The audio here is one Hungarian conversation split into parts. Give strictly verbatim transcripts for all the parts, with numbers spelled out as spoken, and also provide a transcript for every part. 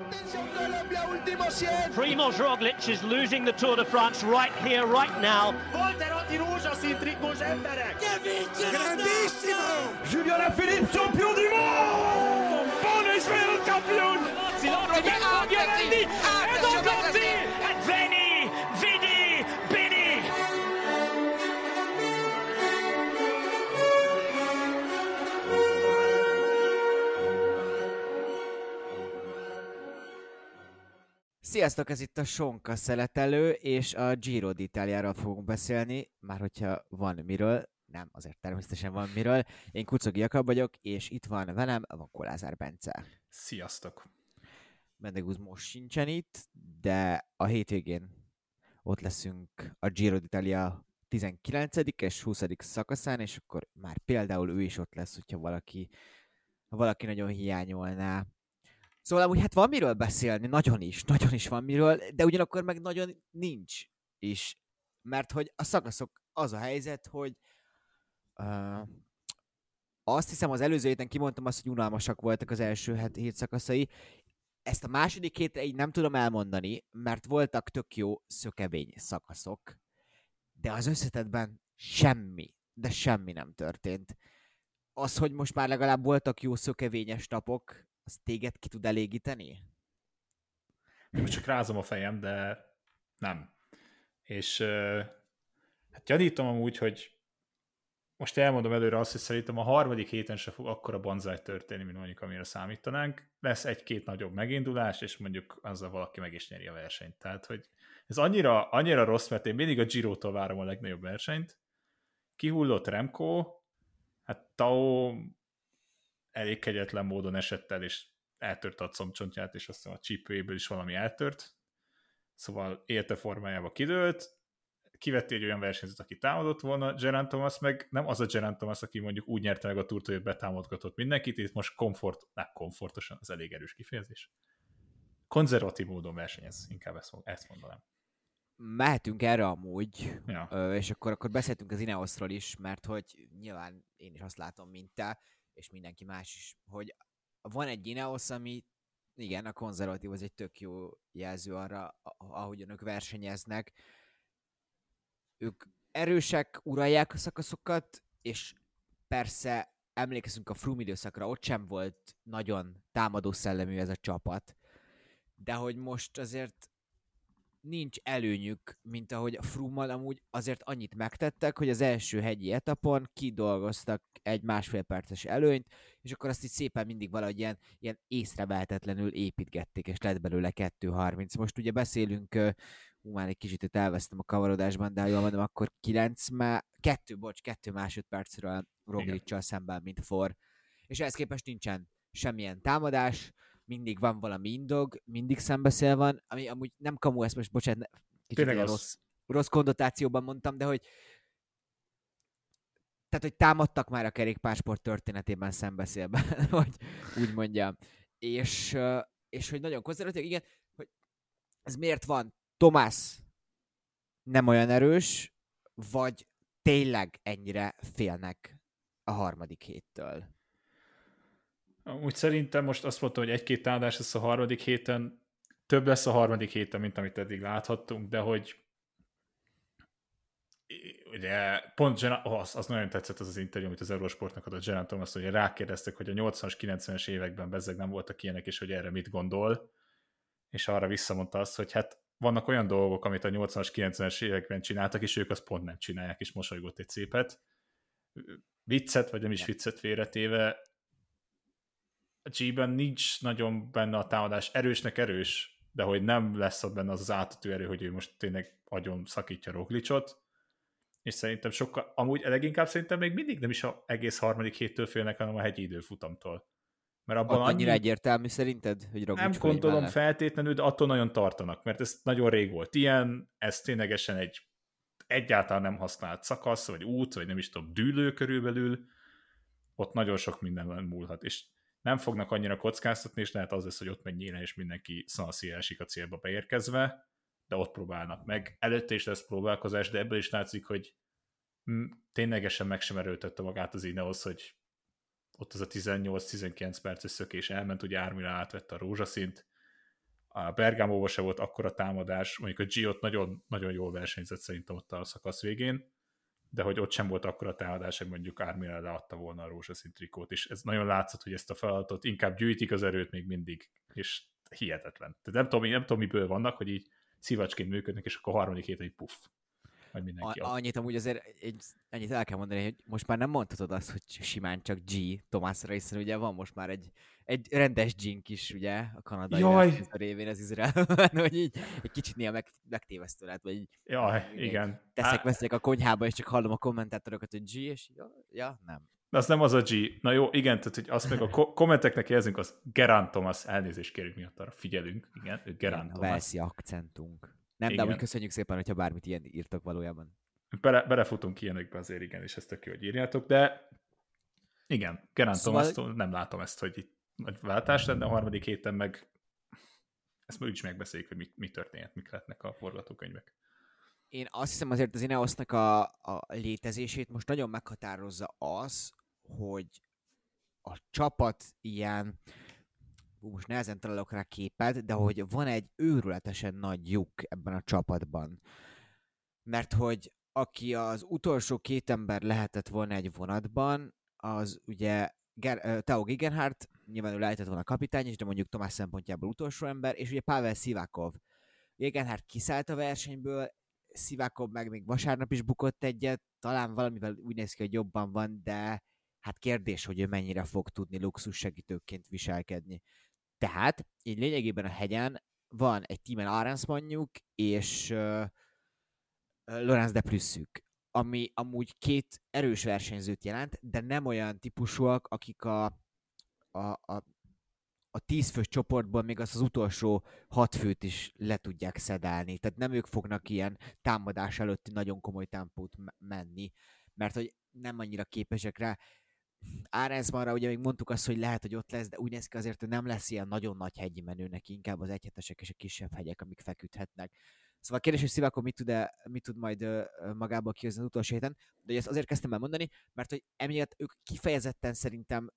Primoz Roglic is losing the Tour de France right here, right now. Volterotti rózsaszín trikós emberek! Grandissimo! Julien Alaphilippe, champion du monde! Buon Israel champion! Roberto Giovanni, Edo Conti, et Veni, Vidi, Bini! Sziasztok, ez itt a Sonka szeletelő, és a Giro d'Italiáról fogunk beszélni, már hogyha van miről, nem, azért természetesen van miről. Én Kucogi Jakab vagyok, és itt van velem Vakó Lázár Bence. Sziasztok! Mendegúz most sincsen itt, de a hétvégén ott leszünk a Giro d'Italia tizenkilencedik és huszadik szakaszán, és akkor már például ő is ott lesz, hogyha valaki, ha valaki nagyon hiányolná. Szóval amúgy hát van miről beszélni, nagyon is, nagyon is van miről, de ugyanakkor meg nagyon nincs is. Mert hogy a szakaszok az a helyzet, hogy uh, azt hiszem az előző héten kimondtam azt, hogy unalmasak voltak az első hét, hét szakaszai. Ezt a második hétre így nem tudom elmondani, mert voltak tök jó szökevény szakaszok, de az összetettben semmi, de semmi nem történt. Az, hogy most már legalább voltak jó szökevényes napok, az téged ki tud elégíteni? Én most csak rázom a fejem, de nem. És uh, hát gyanítom amúgy, hogy most elmondom előre azt, hogy szerintem a harmadik héten se fog akkora banzáj történni, mint mondjuk amire számítanánk. Lesz egy-két nagyobb megindulás, és mondjuk azzal valaki meg is nyeri a versenyt. Tehát, hogy ez annyira, annyira rossz, mert én mindig a Girótól várom a legnagyobb versenyt. Kihullott Remco, hát Tao elég kegyetlen módon esett el, és eltörte a combcsontját, és azt hiszem a csípőjéből is valami eltört. Szóval élte formájába kidőlt, kivette egy olyan versenyzőt, aki támadott volna, Geraint Thomas meg nem az a Geraint Thomas, aki mondjuk úgy nyerte meg a túrt, hogy betámadgatott mindenkit, itt most komfort, nem komfortosan, az elég erős kifejezés. Konzervatív módon versenyez, inkább ezt, ezt mondanám. Mehetünk erre amúgy, ja. és akkor, akkor beszéltünk az Ineosról is, mert hogy nyilván én is azt látom, mint te, és mindenki más is, hogy van egy Ineos, ami igen, a konzervatív az egy tök jó jelző arra, ahogyan ők versenyeznek. Ők erősek, uralják a szakaszokat, és persze emlékezünk a Froome időszakra, ott sem volt nagyon támadó szellemű ez a csapat, de hogy most azért nincs előnyük, mint ahogy a Froome-mal amúgy azért annyit megtettek, hogy az első hegyi etapon kidolgoztak egy másfél perces előnyt, és akkor azt így szépen mindig valahogy ilyen, ilyen észrevehetetlenül építgették, és lett belőle kettő harminc. Most ugye beszélünk, hú, már egy kicsit itt elvesztem a kavarodásban, de jól mondom, akkor kilenc, má, kettő, bocs, kettő másodpercről Roglic-csal szemben, mint for. És ehhez képest nincsen semmilyen támadás, mindig van valami indog, mindig szembeszél van, ami amúgy nem kamu, ezt most, bocsánat, kicsit ilyen rossz, rossz konnotációban mondtam, de hogy tehát, hogy támadtak már a kerékpársport történetében szembeszélben, hogy úgy mondjam. És, és hogy nagyon konzervatív, igen, hogy ez miért van? Tomás nem olyan erős, vagy tényleg ennyire félnek a harmadik héttől? Úgy szerintem most azt mondtam, hogy egy-két támadás lesz a harmadik héten, több lesz a harmadik héten, mint amit eddig láthattunk, de hogy ugye pont az, az nagyon tetszett az az interjú, amit az Eurosportnak adott Geraint Thomas, hogy rákérdeztek, hogy a nyolcvanas, kilencvenes években bezzeg nem voltak ilyenek, és hogy erre mit gondol, és arra visszamondta azt, hogy hát vannak olyan dolgok, amit a nyolcvanas, kilencvenes években csináltak, és ők azt pont nem csinálják, és mosolygott egy szépet. Viccet, vagy nem is viccet félretéve, a G-ben nincs nagyon benne a támadás, erősnek erős, de hogy nem lesz ott benne az az átütő erő, hogy ő most tényleg agyon szakítja Roglicot, és szerintem sokkal, amúgy leginkább szerintem még mindig nem is az egész harmadik héttől félnek, hanem a hegyi időfutamtól. Mert abban annyira annyi... egyértelmű szerinted, hogy Roglic nem gondolom feltétlenül, de attól nagyon tartanak, mert ez nagyon rég volt ilyen, ez ténylegesen egy egyáltalán nem használt szakasz, vagy út, vagy nem is tudom, dűlő körülbelül, ott nagyon sok minden múlhat, és nem fognak annyira kockáztatni, és lehet az lesz, hogy ott megy nyílen, és mindenki szanaszia esik a célba beérkezve, de ott próbálnak meg. Előtte is lesz próbálkozás, de ebből is látszik, hogy ténylegesen meg sem erőltette magát az Ineos, hogy ott az a tizennyolc-tizenkilenc perces szökés elment, ugye Armira átvette a rózsaszínt, a Bergámóban se volt akkora támadás, mondjuk a G ott nagyon, nagyon jól versenyzett szerintem ott a szakasz végén, de hogy ott sem volt akkora támadás, hogy mondjuk Armira leadta volna a rózsaszín trikót, és ez nagyon látszott, hogy ezt a feladatot inkább gyűjtik az erőt még mindig, és hihetetlen. Tehát nem tudom, nem tudom miből vannak, hogy így szivacsként működnek, és akkor a harmadik héten egy puff. A, annyit amúgy azért egy, ennyit el kell mondani, hogy most már nem mondhatod azt, hogy simán csak G Tomásra, hiszen ugye van most már egy, egy rendes G-nk is, ugye, a kanadai versenyző révén az Izraelben, hogy így egy kicsit néha meg, megtévesztő lehet, vagy így, Jaj, igen. Teszek, veszek a konyhába, és csak hallom a kommentátorokat, hogy G, és ja, ja nem. De az nem az a G. Na jó, igen, tehát hogy azt meg a ko- kommenteknek jelzünk, az Geraint Thomas, elnézést kérjük miatt, arra figyelünk, igen, ő Geraint Thomas. A velszi akcentunk. Nem, igen. De úgy köszönjük szépen, hogyha bármit ilyen írtok valójában. Bele, belefutunk ilyenekbe azért, igen, és ezt tök jó, hogy írjátok, de igen, Geraint szóval... Thomas, nem látom ezt, hogy itt nagy váltás lenne, a harmadik héten meg ezt már úgyis megbeszéljük, hogy mi, mi történhet, mik lehetnek a forgatókönyvek. Én azt hiszem azért az Ineosnak a, a létezését most nagyon meghatározza az, hogy a csapat ilyen, most nehezen találok rá képet, de hogy van egy őrületesen nagy lyuk ebben a csapatban. Mert hogy aki az utolsó két ember lehetett volna egy vonatban, az ugye Ger- Tao Gegenhardt, nyilván ő lehetett volna kapitány is, de mondjuk Tomás szempontjából utolsó ember, és ugye Pavel Sivakov. Gegenhardt kiszállt a versenyből, Sivakov meg még vasárnap is bukott egyet, talán valamivel úgy néz ki, hogy jobban van, de hát kérdés, hogy ő mennyire fog tudni luxus segítőként viselkedni. Tehát, így lényegében a hegyen van egy Timen Arensmannjuk és uh, Laurens de Plusszük, ami amúgy két erős versenyzőt jelent, de nem olyan típusúak, akik a, a, a, a tízfős csoportból még azt az utolsó hat főt is le tudják szedálni. Tehát nem ők fognak ilyen támadás előtti nagyon komoly tempót menni, mert hogy nem annyira képesek rá. Arensmanra ugye még mondtuk azt, hogy lehet, hogy ott lesz, de úgy néz ki azért, hogy nem lesz ilyen nagyon nagy hegyi menőnek, inkább az egyhetesek és a kisebb hegyek, amik feküdhetnek. Szóval a kérdés, hogy Sivakov mit tud, mit tud majd uh, magából kihozni az utolsó héten, de ezt azért kezdtem el mondani, mert hogy emiatt ők kifejezetten szerintem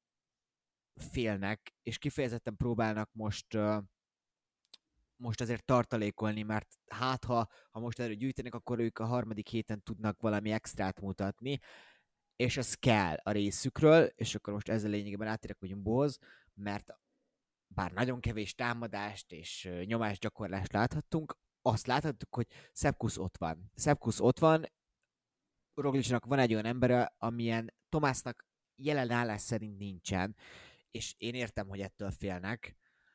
félnek, és kifejezetten próbálnak most uh, most azért tartalékolni, mert hát ha, ha most erről gyűjtenek, akkor ők a harmadik héten tudnak valami extrát mutatni, és ez kell a részükről, és akkor most ezzel lényegében átérek vagyunk Bohoz, mert bár nagyon kevés támadást és uh, nyomásgyakorlást láthattunk, azt láthattuk, hogy Sepkus ott van. Sepkus ott van, Roglicnak van egy olyan embere, amilyen Tomásnak jelen állás szerint nincsen, és én értem, hogy ettől félnek,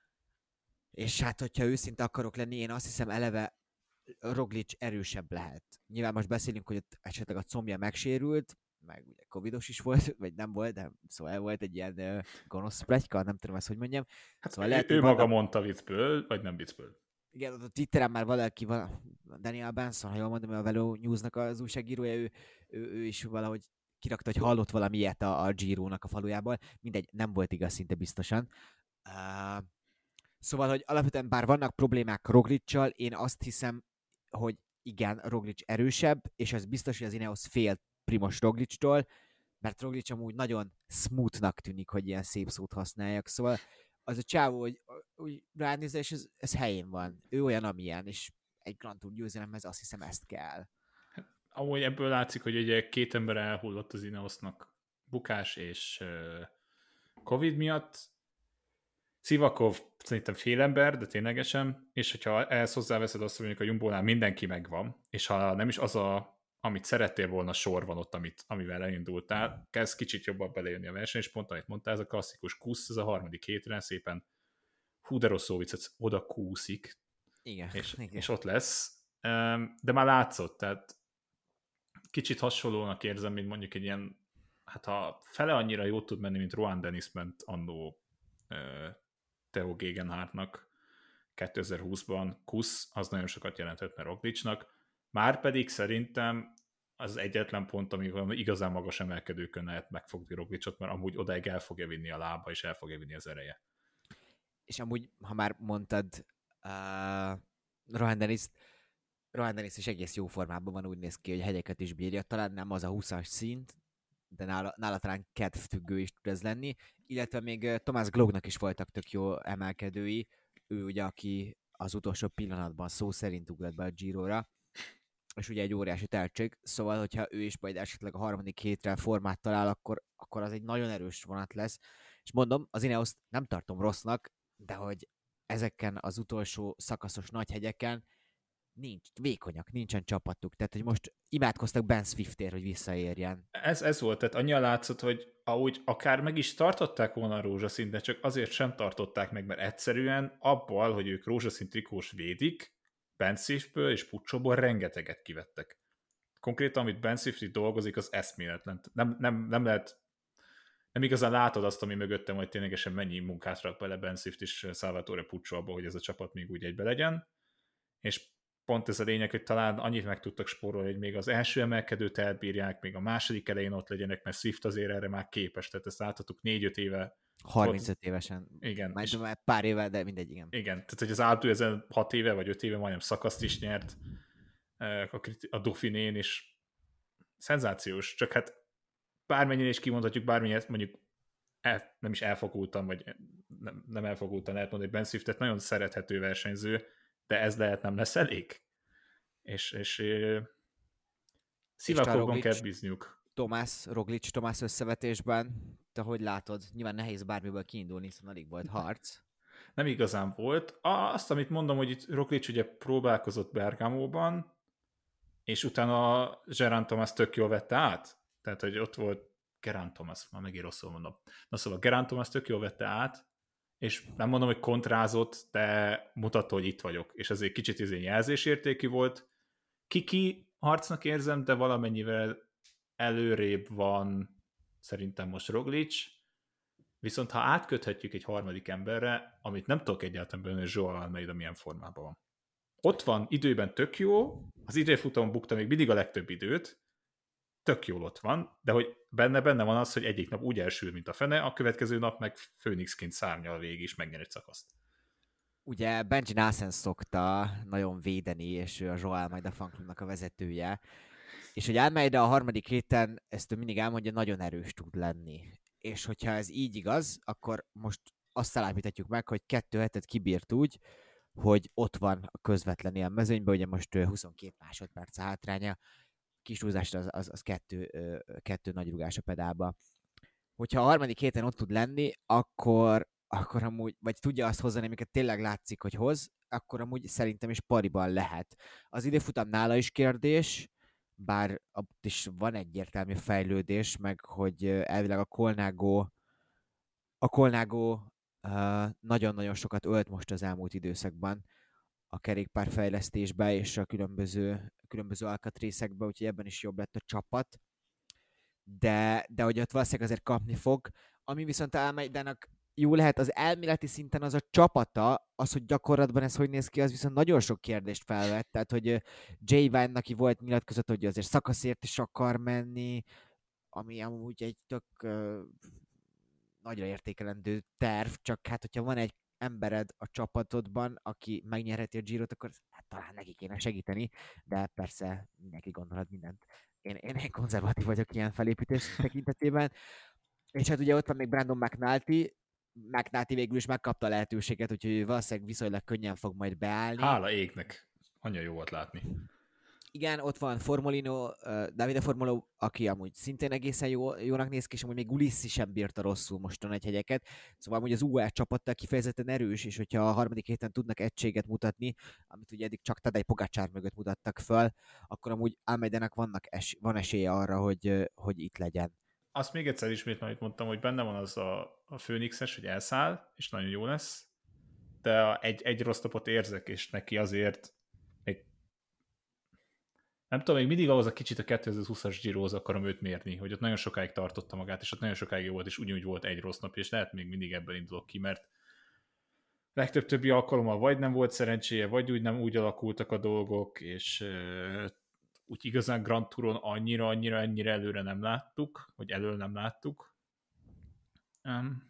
és hát, hogyha őszinte akarok lenni, én azt hiszem eleve Roglic erősebb lehet. Nyilván most beszélünk, hogy ott esetleg a combja megsérült, meg ugye covidos is volt, vagy nem volt, de szóval volt egy ilyen uh, gonosz pletyka, nem tudom ezt, hogy mondjam. Hát szóval ő, lehet, ő maga vannak... mondta viccből, vagy nem viccből. Igen, ott a Twitteren már valaki, vala, Daniel Benson, ha jól mondom, a Velo News-nak az újságírója, ő, ő, ő is valahogy kirakta, hogy hallott valami ilyet a, a Giro-nak a falujából. Mindegy, nem volt igaz szinte biztosan. Uh, szóval, hogy alapvetően bár vannak problémák Roglic-csal, én azt hiszem, hogy igen, Roglic erősebb, és az biztos, hogy az Ineos fél Primoz Roglictól, mert Roglic amúgy nagyon smoothnak tűnik, hogy ilyen szép szót használjak. Szóval az a csávó, hogy, hogy ránézel, és ez, ez helyén van. Ő olyan, amilyen, és egy Grand Tour győzelemhez azt hiszem ezt kell. Amúgy ebből látszik, hogy ugye két ember elhullott az Ineosnak bukás és uh, Covid miatt. Sivakov szerintem fél ember, de ténylegesen, és hogyha ehhez hozzáveszed azt, hogy mondjuk a Jumbónál mindenki megvan, és ha nem is az a amit szerettél volna, sor van ott, amit, amivel elindultál, kezd kicsit jobban belejönni a verseny, és pont amit mondtál, ez a klasszikus kusz, ez a harmadik hétre szépen hú, de rossz vicc, oda kúszik, igen, és, igen. és ott lesz. De már látszott, tehát kicsit hasonlónak érzem, mint mondjuk egy ilyen, hát ha fele annyira jót tud menni, mint Rohan Dennis ment annó Tao Gegenhardtnak kétezer-húszban, kusz, az nagyon sokat jelenthetne Roglicnak. Márpedig szerintem az egyetlen pont, amikor igazán magas emelkedőkön lehet megfogni Roglicot, mert amúgy odáig el fogja vinni a lába, és el fogja vinni az ereje. És amúgy, ha már mondtad uh, Rohan Dennis, Rohan Dennis is egész jó formában van, úgy néz ki, hogy hegyeket is bírja. Talán nem az a húszas szint, de nála, nála talán kedvfüggő is tud ez lenni. Illetve még uh, Thomas Glognak is voltak tök jó emelkedői. Ő ugye, aki az utolsó pillanatban szó szerint ugrott be a Girora, és ugye egy óriási tehetség, szóval, hogyha ő is majd esetleg a harmadik hétre formát talál, akkor, akkor az egy nagyon erős vonat lesz. És mondom, az Ineos nem tartom rossznak, de hogy ezeken az utolsó szakaszos nagy hegyeken nincs, vékonyak, nincsen csapatuk. Tehát, hogy most imádkoztak Ben Swiftért, hogy visszaérjen. Ez, ez volt, tehát annyira látszott, hogy ahogy akár meg is tartották volna a rózsaszínt, de csak azért sem tartották meg, mert egyszerűen abból, hogy ők rózsaszín trikós védik, Ben Swiftből és Puccióból rengeteget kivettek. Konkrétan, amit Ben Swift itt dolgozik, az eszméletlen. Nem, nem, nem lehet, nem igazán látod azt, ami mögöttem, hogy ténylegesen mennyi munkát rak bele Ben Swift és Salvatore Puccio abba, hogy ez a csapat még úgy egybe legyen. És pont ez a lényeg, hogy talán annyit meg tudtak spórolni, hogy még az első emelkedőt elbírják, még a második elején ott legyenek, mert Swift azért erre már képes, tehát ezt láthatjuk négy-öt éve. harmincöt évesen. Igen. Majd és már pár éve, de mindegy, igen. Igen, tehát hogy az Alpe ezen hat éve vagy öt éve majdnem szakaszt is nyert a, a Dauphinén, és szenzációs, csak hát bármennyire is kimondhatjuk, bármennyire mondjuk el, nem is elfogultam, vagy nem, nem elfogultam lehet mondani, hogy Ben Swiftet nagyon szerethető versenyző, de ez lehet nem lesz elég. És, és, és szivakokban kell bízniuk. Tomás, Roglic, Tomás összevetésben, te hogy látod? Nyilván nehéz bármiből kiindulni, hiszen alig volt harc. Nem igazán volt. Azt, amit mondom, hogy itt Roglic ugye próbálkozott Bergamóban, és utána Geraint Thomas tök jól vette át. Tehát, hogy ott volt Geraint Thomas, már megint rosszul mondom. Na szóval Geraint Thomas tök jól vette át, és nem mondom, hogy kontrázott, de mutatta, hogy itt vagyok. És ezért kicsit izén jelzésértékű volt. Kiki harcnak érzem, de valamennyivel előrébb van szerintem most Roglic. Viszont ha átköthetjük egy harmadik emberre, amit nem tudok egyáltalán benne, hogy Joao Almeida milyen formában van. Ott van, időben tök jó, az időfutamon bukta még mindig a legtöbb időt, tök jól ott van, de hogy benne benne van az, hogy egyik nap úgy elsül, mint a fene, a következő nap meg főnixként szárnyal végig, és megnyer egy szakaszt. Ugye Benji Nassen szokta nagyon védeni, és ő a Joao Almeida fanklubnak a vezetője, és hogy Almeida a harmadik héten, ezt ő mindig elmondja, nagyon erős tud lenni. És hogyha ez így igaz, akkor most azt állapíthatjuk meg, hogy kettő hetet kibírt úgy, hogy ott van a közvetlen ilyen mezőnyben, ugye most huszonkét másodperc hátránya, kis húzásra az, az, az kettő, kettő nagy rugás a pedálba. Hogyha a harmadik héten ott tud lenni, akkor, akkor amúgy, vagy tudja azt hozni, amiket tényleg látszik, hogy hoz, akkor amúgy szerintem is pariban lehet. Az időfutam nála is kérdés, bár ott is van egyértelmű fejlődés, meg hogy elvileg a Colnago a Colnago uh, nagyon-nagyon sokat ölt most az elmúlt időszakban a kerékpárfejlesztésbe és a különböző, különböző alkatrészekbe, úgyhogy ebben is jobb lett a csapat. De, de hogy ott valószínűleg azért kapni fog. Ami viszont Almeidának jó lehet az elméleti szinten az a csapata, az, hogy gyakorlatban ez hogy néz ki, az viszont nagyon sok kérdést felvett. Tehát, hogy Jay Vine, aki volt nyilatkozott, hogy azért szakaszért is akar menni, ami amúgy egy tök uh, nagyra értékelendő terv, csak hát, hogyha van egy embered a csapatodban, aki megnyerheti a Girot, akkor hát, talán neki kéne segíteni, de persze mindenki gondolhat mindent. Én, én, én konzervatív vagyok ilyen felépítés tekintetében. És hát ugye ott van még Brandon McNulty, McNulty végül is megkapta a lehetőséget, úgyhogy valószínűleg viszonylag könnyen fog majd beállni. Hála égnek! Annyira jó volt látni. Igen, ott van Formolino, uh, Davide Formolo, aki amúgy szintén egészen jó, jónak néz ki, és amúgy még Ulissi sem bírta rosszul most a nagy hegyeket. Szóval amúgy az u á é csapattal kifejezetten erős, és hogyha a harmadik héten tudnak egységet mutatni, amit ugye eddig csak Tadej Pogačar mögött mutattak föl, akkor amúgy Almeidának vannak es- van esélye arra, hogy, hogy itt legyen. Azt még egyszer ismét, amit mondtam, hogy benne van az a, a Phoenixes, hogy elszáll, és nagyon jó lesz, de egy, egy rossz napot érzek, és neki azért még nem tudom, még mindig ahhoz a kicsit a kétezer-húszas Girohoz akarom őt mérni, hogy ott nagyon sokáig tartotta magát, és ott nagyon sokáig volt, és ugyanúgy volt egy rossz nap, és lehet még mindig ebből indulok ki, mert legtöbb többi alkalommal vagy nem volt szerencséje, vagy úgy nem úgy alakultak a dolgok, és uh, úgy igazán Grand Touron annyira, annyira, ennyire előre nem láttuk, vagy elől nem láttuk. Um,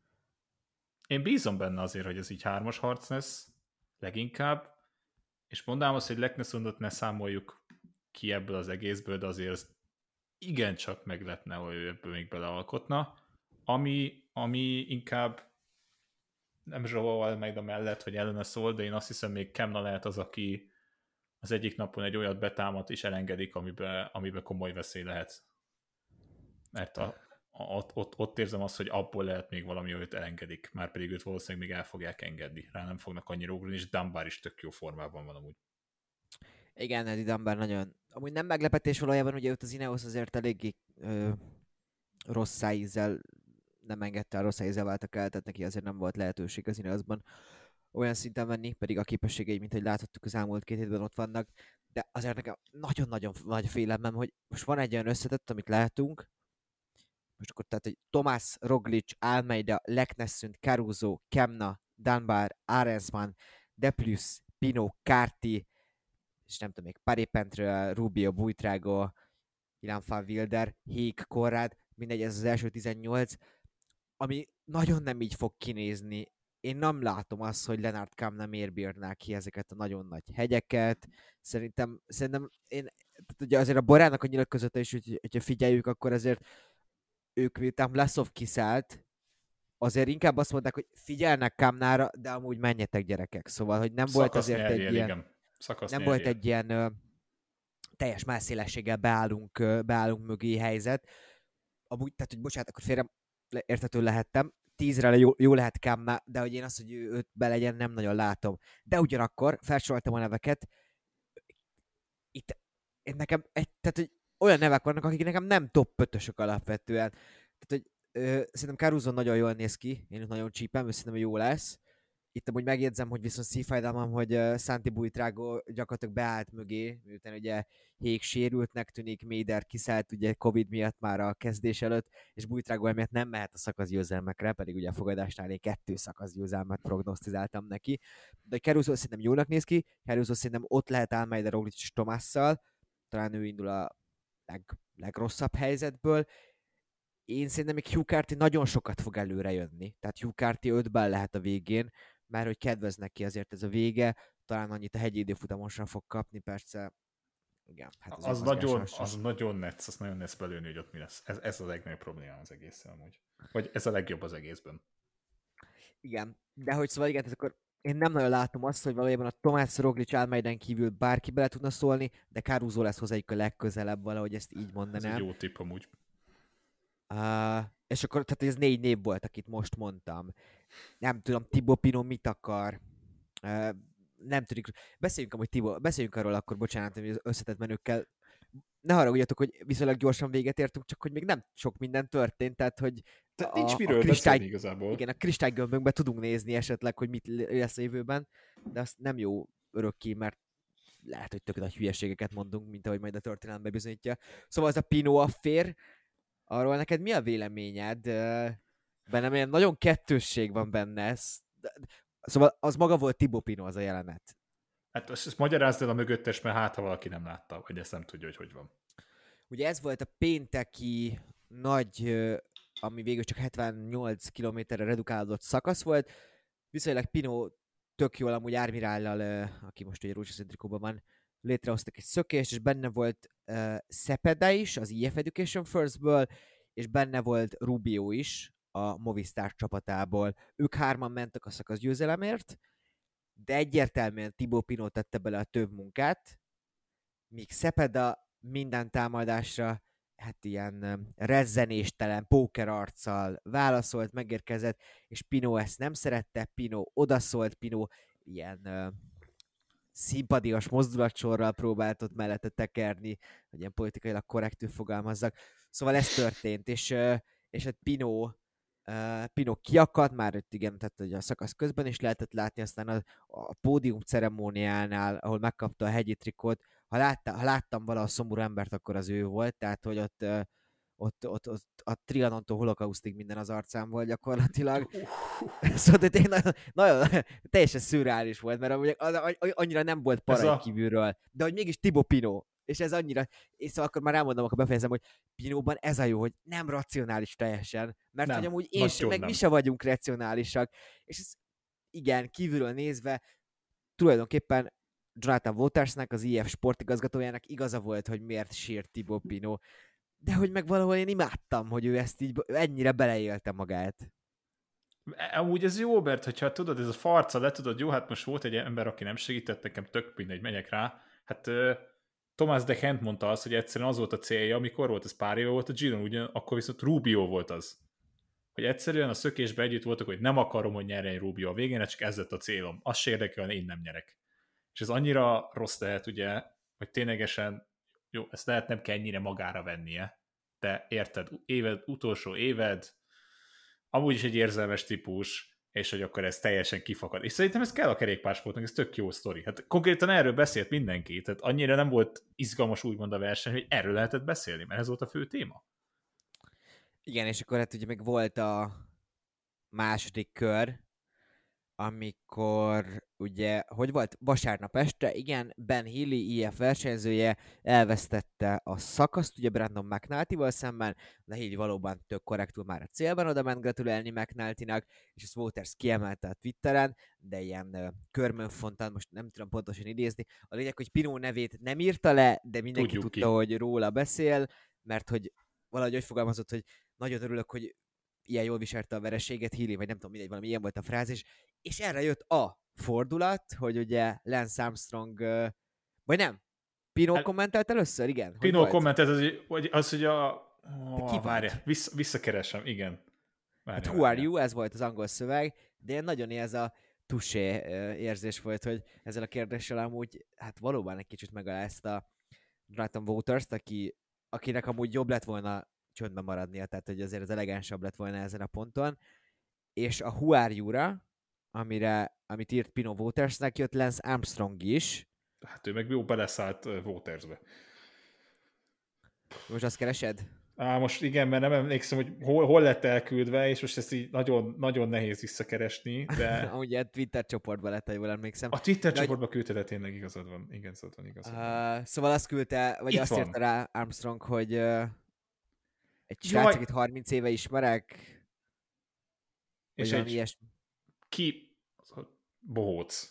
én bízom benne azért, hogy ez így hármas harc lesz, leginkább, és mondanám azt, hogy Leknessundot ne számoljuk ki ebből az egészből, de azért az igencsak meglepne, hogy ebből még belealkotna. Ami, ami inkább nem Joao Almeida mellett, vagy ellene szól, de én azt hiszem még Kemna lehet az, aki az egyik napon egy olyat betámad és elengedik, amiben, amiben komoly veszély lehet. Mert a, a, ott, ott, ott érzem azt, hogy abból lehet még valami olyat elengedik, már pedig őt valószínűleg még el fogják engedni. Rá nem fognak annyira ugrani, és Dunbar is tök jó formában van amúgy. Igen, Eddie Dunbar nagyon... Amúgy nem meglepetés valójában, ugye őt az Ineos azért eléggé ö, rossz szájízzel nem engedte, a rossz szájízzel váltak el, tehát neki azért nem volt lehetőség az Ineosban olyan szinten venni, pedig a képességei, mint hogy láthattuk az elmúlt két hétben ott vannak, de azért nekem nagyon-nagyon nagy félelmem, hogy most van egy olyan összetett, amit látunk, most akkor tehát, hogy Tomás, Roglic, Almeida, Leknessund, Caruso, Kemna, Dunbar, Arensman, Deplus, Pino, Carty, és nem tudom még, Paré-Pentreux, Rubio, Buitrago, Ilan van Wilder, Hék, Korrád, mindegy, ez az első tizennyolc, ami nagyon nem így fog kinézni. Én nem látom azt, hogy Lennart Kamna miért bírná ki ezeket a nagyon nagy hegyeket. Szerintem, szerintem én, tehát ugye azért a Borának a nyilatkozata is, hogy, hogyha figyeljük, akkor azért ők miután Vlasov kiszállt, azért inkább azt mondták, hogy figyelnek Kamnára, de amúgy menjetek gyerekek. Szóval, hogy nem volt azért nyerjél, egy ilyen... Igen. Szakasz nem nyerjél. volt egy ilyen ö, teljes másszélességgel beállunk, ö, beállunk mögé helyzet. Amúgy, tehát, hogy bocsánat, akkor félre értető lehettem. Tízre jó, jó lehet Kamna, de hogy én azt, hogy ő, őt be legyen, nem nagyon látom. De ugyanakkor felsoroltam a neveket. Itt én nekem egy, tehát, hogy olyan nevek vannak, akik nekem nem top ötösök alapvetően. Tehát, hogy ö, szerintem Caruso nagyon jól néz ki, én nagyon csípem, és szerintem jó lesz. Itt amúgy megjegyzem, hogy viszont szívfájdalmam, hogy uh, Santi Buitrago gyakorlatilag beállt mögé, miután ugye Hék sérültnek tűnik, Méder kiszállt ugye Covid miatt már a kezdés előtt, és Buitrago emiatt nem mehet a szakaszgyőzelmekre, pedig ugye a fogadásnál én kettő szakaszgyőzelmet prognosztizáltam neki. De Caruso szerintem jónak néz ki, Caruso szerintem ott lehet Almeida, Roglic és Tomásszal, talán ő indul a leg, legrosszabb helyzetből. Én szerintem még Hugh Carty nagyon sokat fog előre jönni, tehát Hugh Carty ötben lehet a végén, már hogy kedvez neki azért ez a vége, talán annyit a hegyi időfutamosra fog kapni, persze. Igen, hát az, nagyon, az nagyon netsz, az nagyon netsz belőni, hogy ott mi lesz. Ez, ez a legnagyobb probléma az egészen amúgy. Vagy ez a legjobb az egészben. Igen, de hogy szóval igen, akkor én nem nagyon látom azt, hogy valójában a Tomás, Roglic, Almeidán kívül bárki bele tudna szólni, de Caruso lesz hozzájuk a legközelebb valahogy, ezt így mondanám. Ez egy jó tipp amúgy. Uh, és akkor, tehát ez négy név volt, akit most mondtam. Nem tudom, Thibaut Pinot mit akar. Uh, nem tudjuk. Beszéljünk amúgy Thibaut, beszéljünk arról akkor, bocsánat, hogy az összetett menőkkel. Ne haragudjatok, hogy viszonylag gyorsan véget értünk, csak hogy még nem sok minden történt, tehát hogy Te a, nincs miről a kristály, igazából. Igen, a kristálygömbönkbe tudunk nézni esetleg, hogy mit lesz a jövőben, de azt nem jó örökké, mert lehet, hogy tök nagy hülyeségeket mondunk, mint ahogy majd a történelem bizonyítja. Szóval az a Pinot affér, arról neked mi a véleményed? Bennem ilyen nagyon kettősség van benne. Szóval az maga volt Thibaut Pinot az a jelenet. Hát ezt, ezt magyarázd el a mögöttes, mert hát ha valaki nem látta, vagy ezt nem tudja, hogy hogy van. Ugye ez volt a pénteki nagy, ami végül csak hetvennyolc kilométerre redukálódott szakasz volt. Viszonylag Pinot tök jól amúgy Ármirállal, aki most ugye rózsaszín trikóban van, létrehoztak egy szökést, és benne volt uh, Cepeda is, az i ef Education Firstből, és benne volt Rubio is, a Movistar csapatából. Ők hárman mentek a szakasz győzelemért, de egyértelműen Thibaut Pinot tette bele a több munkát, míg Cepeda minden támadásra hát ilyen rezzenéstelen, póker arccal válaszolt, megérkezett, és Pinot ezt nem szerette, Pinot odaszólt, Pinot ilyen uh, szimpadias mozdulatsorral próbált ott mellette tekerni, hogy ilyen politikailag korrektül fogalmazzak. Szóval ez történt, és, uh, és hát Pinot Uh, Pinot kiakadt, már itt igen, tehát hogy a szakasz közben is lehetett látni, aztán a, a pódium ceremóniánál, ahol megkapta a hegyi trikót, ha, látta, ha láttam valaha szomorú embert, akkor az ő volt, tehát hogy ott, uh, ott, ott, ott a Trianontól holokausztig minden az arcán volt gyakorlatilag. Szóval tényleg nagyon, nagyon, teljesen szürreális volt, mert az, az, annyira nem volt para a... kívülről, de hogy mégis Thibaut Pinot. És ez annyira, és szóval akkor már elmondom, akkor befejezem, hogy Pinotban ez a jó, hogy nem racionális teljesen, mert nem, hogy amúgy én sem, meg nem. Mi se vagyunk racionálisak. És ez igen, kívülről nézve, tulajdonképpen Jonathan Watersnak, az i ef sportigazgatójának igaza volt, hogy miért sírt Thibaut Pinot. De hogy meg valahol én imádtam, hogy ő ezt így ennyire beleélte magát. Amúgy ez jó, mert hogyha tudod, ez a farca le tudod, jó, hát most volt egy ember, aki nem segített, nekem tök mindegy, megyek rá. Hát uh, Thomas de Gent mondta azt, hogy egyszerűen az volt a célja, amikor volt, ez pár éve volt a Giron, ugyan, akkor viszont Rubio volt az. Hogy egyszerűen a szökésbe együtt voltak, hogy nem akarom, hogy nyerjen Rubio a végén, csak ez lett a célom. Azt se érdekel, én nem nyerek. És ez annyira rossz lehet, ugye, hogy ténylegesen, jó, ezt lehet nem kell ennyire magára vennie, de érted, éved, utolsó éved, amúgy is egy érzelmes típus, és hogy akkor ez teljesen kifakad. És szerintem ez kell a kerékpársportnak, ez tök jó sztori. Hát konkrétan erről beszélt mindenki, tehát annyira nem volt izgalmas úgymond a verseny, hogy erről lehetett beszélni, mert ez volt a fő téma. Igen, és akkor hát ugye még volt a második kör, amikor ugye, hogy volt vasárnap este, igen, Ben Healy, i ef versenyzője elvesztette a szakaszt, ugye Brandon McNulty-val szemben, de Healy valóban tök korrektul már a célban oda ment gratulálni McNulty-nak, és ezt Waters kiemelte a Twitteren, de ilyen uh, körmönfontan, most nem tudom pontosan idézni, a lényeg, hogy Pinot nevét nem írta le, de mindenki Tudjuk tudta, ki. hogy róla beszél, mert hogy valahogy úgy fogalmazott, hogy nagyon örülök, hogy ilyen jól viselte a vereséget, Healy, vagy nem tudom, mindegy, valami ilyen volt a frázis, és erre jött a fordulat, hogy ugye Lance Armstrong, vagy nem, Pinot El... kommentelt először, igen? Pinot kommentelt, az, hogy, az, hogy a... Oh, várja, vissza, visszakeresem, igen. Várja, hát who várja. are you, ez volt az angol szöveg, de nagyon ez a touché érzés volt, hogy ezzel a kérdéssel amúgy, hát valóban egy kicsit megalázta Jonathan Waters-t, aki, akinek amúgy jobb lett volna csöndben maradnia, tehát hogy azért az elegánsabb lett volna ezen a ponton, és a who are you-ra, amire, amit írt Pinot Watersnek, jött Lance Armstrong is. Hát ő meg jó beleszállt Watersbe. Most azt keresed? Á, most igen, mert nem emlékszem, hogy hol, hol lett elküldve, és most ezt így nagyon, nagyon nehéz visszakeresni, de... Ugye a Twitter csoportban lett, ha jól emlékszem. A Twitter de csoportban küldte, de tényleg igazad van. Igen, igazad van, igazad van. Uh, szóval azt küldte, vagy Itt azt van. írta rá Armstrong, hogy uh, egy Jaj. srác, akit harminc éve ismerek, És vagy egy ilyesmi. ki... bohóc.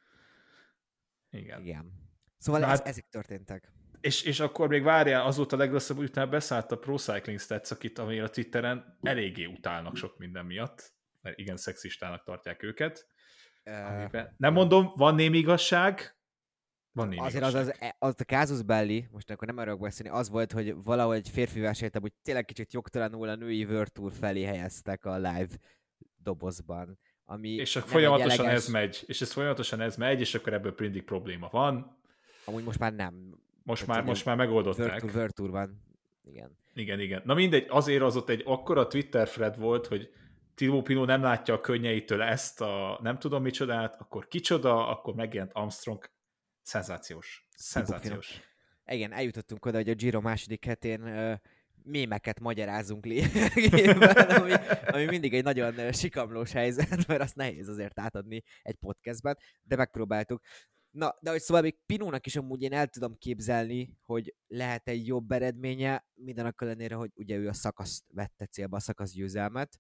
Igen. Igen. Szóval Na ez, hát- ezek történtek. És, és akkor még várjál, az volt a legrosszabb, hogy utána beszállt a Pro Cycling Stats, akit ami a Twitteren eléggé utálnak sok minden miatt, mert igen szexistának tartják őket. Uh, Amiben, nem mondom, van némi igazság, van némi Azért az, igazság. az, az a Casus Belli, most akkor nem arról beszélni, az volt, hogy valahogy férfi versenyt, hogy tényleg kicsit jogtalanul a női World Tour felé helyeztek a live dobozban. Ami És nem folyamatosan egy elegáns... ez megy, és ez folyamatosan ez megy, és akkor ebből mindig probléma van. Amúgy most már nem. Most, Tehát, már, most már megoldották. World Tour, World Tour van. Igen. Igen, igen. Na mindegy, azért az ott egy akkora Twitter thread volt, hogy Thibaut Pinot nem látja a könnyeitől ezt a nem tudom micsodát, akkor kicsoda, akkor megjelent Armstrong. Szenzációs. Szenzációs. Igen, eljutottunk oda, hogy a Giro második hetén uh, mémeket magyarázunk lényegében, ami, ami mindig egy nagyon uh, sikamlós helyzet, mert azt nehéz azért átadni egy podcastben, de megpróbáltuk. Na, de hogy szóval még Pinónak is amúgy én el tudom képzelni, hogy lehet egy jobb eredménye, mindenek ellenére, hogy ugye ő a szakaszt vette célba, a szakaszgyőzelmet.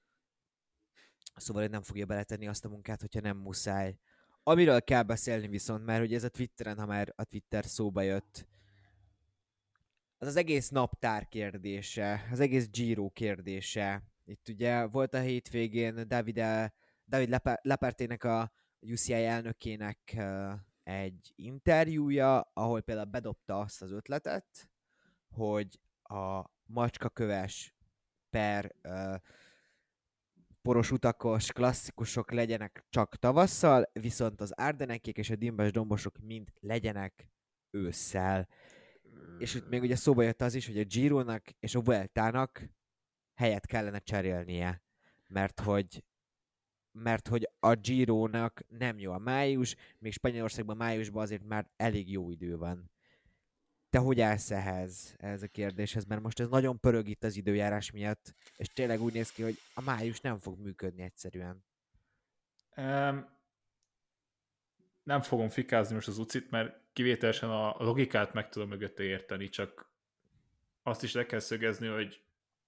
Szóval ő nem fogja beletenni azt a munkát, hogyha nem muszáj. Amiről kell beszélni viszont, mert hogy ez a Twitteren, ha már a Twitter szóba jött, az az egész naptár kérdése, az egész Giro kérdése. Itt ugye volt a hétvégén Davide, David Lepertének a u cé i elnökének uh, egy interjúja, ahol például bedobta azt az ötletet, hogy a macskaköves per uh, poros utakos klasszikusok legyenek csak tavasszal, viszont az Ardennekiek és a Dimbes dombosok mind legyenek ősszel. És itt még ugye szóba jött az is, hogy a Gironak és a Vueltának helyet kellene cserélnie, mert hogy mert hogy a Girónak nem jó a május, még Spanyolországban májusban azért már elég jó idő van. Te hogy állsz ehhez, ehhez a kérdéshez? Mert most ez nagyon pörög itt az időjárás miatt, és tényleg úgy néz ki, hogy a május nem fog működni egyszerűen. Um, nem fogom fikázni most az ucit, mert kivételesen a logikát meg tudom mögötte érteni, csak azt is le kell szögezni, hogy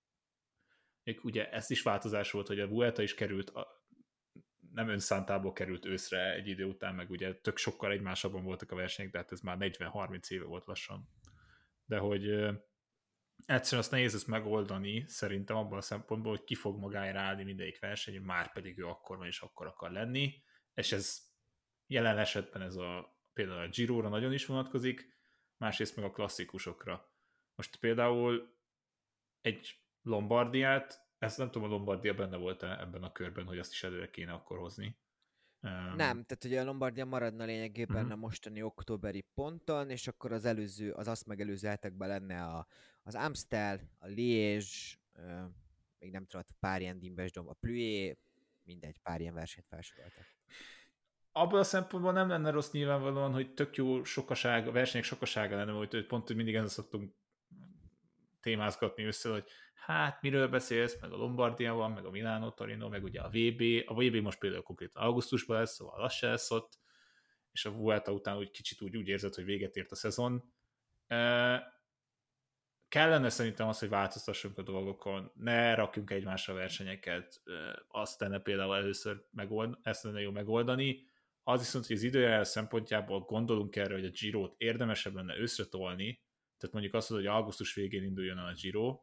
még ugye ez is változás volt, hogy a Vuelta is került, a, nem önszántából került őszre egy idő után, meg ugye tök sokkal egymásabban voltak a versenyek, de hát ez már negyven-harminc éve volt lassan. De hogy Egyszerűen azt nehéz ezt megoldani, szerintem abban a szempontból, hogy ki fog magára állni mindegyik verseny, már pedig ő akkor van és akkor akar lenni, és ez jelen esetben ez a, például a Giro-ra nagyon is vonatkozik, másrészt meg a klasszikusokra. Most például egy Lombardiát, ezt nem tudom, a Lombardia benne volt ebben a körben, hogy azt is előre kéne akkor hozni. Nem, tehát ugye a Lombardia maradna lényegében uh-huh. a mostani októberi ponton, és akkor az előző, az azt megelőző hetekben lenne a, az Amstel, a Liège, euh, még nem tudom, pár ilyen dimbesdom, a Plué, mindegy, pár ilyen versenyt felsoroltak. Abban a szempontból nem lenne rossz nyilvánvalóan, hogy tök jó sokaság, a versenyek sokasága lenne, hogy pont, hogy mindig ezen szoktunk témázgatni össze, hogy hát miről beszélsz, meg a Lombardia van, meg a Milano, Torino, meg ugye a vé bé. A vé bé most például konkrétan augusztusban lesz, szóval az se lesz ott, és a Vuelta után úgy kicsit úgy, úgy érzed, hogy véget ért a szezon. E- kellene szerintem az, hogy változtassunk a dolgokon, ne rakjunk egymásra versenyeket, azt lenne például először megold, ezt lenne jó megoldani. Az viszont, hogy az időjárás szempontjából gondolunk erre, hogy a Girót érdemesebb lenne őszre tolni, tehát mondjuk azt, hogy augusztus végén induljon el a Giro,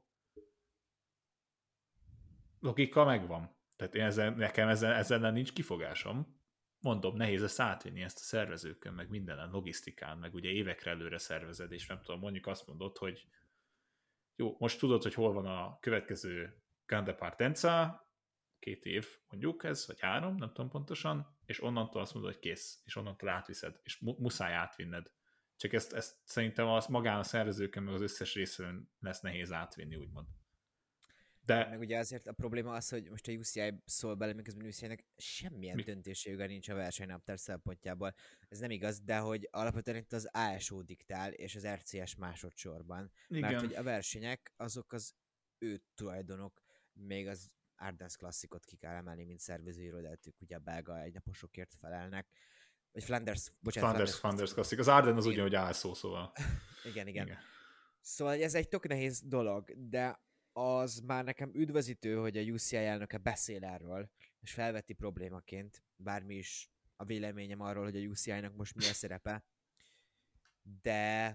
logika megvan. Tehát én ezzel, nekem ezzel, ezzel nincs kifogásom. Mondom, nehéz ezt átvinni ezt a szervezőkön, meg mindenen, logisztikán, meg ugye évekre előre szervezed, és nem tudom, mondjuk azt mondod, hogy jó, most tudod, hogy hol van a következő Grande Partenza, két év mondjuk ez, vagy három, nem tudom pontosan, és onnantól azt mondod, hogy kész, és onnantól átviszed, és mu- muszáj átvinned. Csak ezt, ezt szerintem az magán a szervezőkön, meg az összes részön lesz nehéz átvinni, úgymond. De... Meg ugye azért a probléma az, hogy most a u cé i szól bele, miközben a u cé i-nek semmilyen Mi? döntési joga nincs a versenynaptár szempontjából. Ez nem igaz, de hogy alapvetően itt az á es o diktál, és az er cé es másodszorban. Igen. Mert hogy a versenyek, azok az ő tulajdonok, még az Ardennes Classicot ki kell emelni, mint szervezőiről, de ők ugye a belga egynaposokért felelnek. Vagy Flanders, bocsánat. Flanders, Flanders Classic. Az Ardennes az ugyanúgy á es o, szóval. igen, igen, igen. Szóval ez egy tök nehéz dolog, de az már nekem üdvözítő, hogy a u cé i elnöke beszél erről, és felveti problémaként, bármi is a véleményem arról, hogy a u cé i-nak most mi a szerepe, de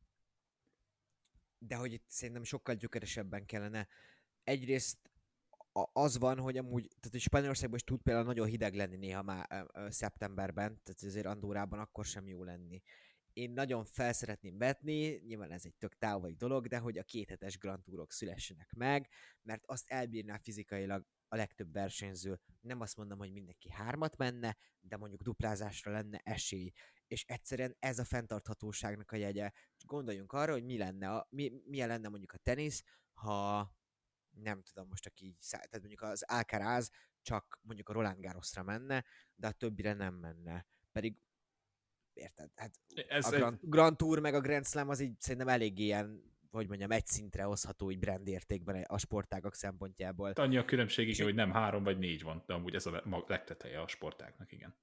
de hogy itt szerintem sokkal gyökeresebben kellene. Egyrészt az van, hogy amúgy, tehát hogy Spanyolországban is tud például nagyon hideg lenni néha már ö, szeptemberben, tehát azért Andorrában akkor sem jó lenni. Én nagyon fel szeretném vetni, nyilván ez egy tök távoli dolog, de hogy a kéthetes Grand Tourok szülessenek meg, mert azt elbírná fizikailag a legtöbb versenyző. Nem azt mondom, hogy mindenki hármat menne, de mondjuk duplázásra lenne esély. És egyszerűen ez a fenntarthatóságnak a jegye. Gondoljunk arra, hogy mi lenne, a, mi, milyen lenne mondjuk a tenisz, ha nem tudom most, aki így száll, tehát mondjuk az Alcaraz csak mondjuk a Roland Garrosra menne, de a többire nem menne. Pedig érted? Hát ez a Grand, egy... Grand Tour meg a Grand Slam az így szerintem elég ilyen, hogy mondjam, egy szintre hozható így brand értékben a sportágak szempontjából. Annyi a különbség, igen, hogy nem három vagy négy van, de amúgy ez a legteteje a sportáknak, igen.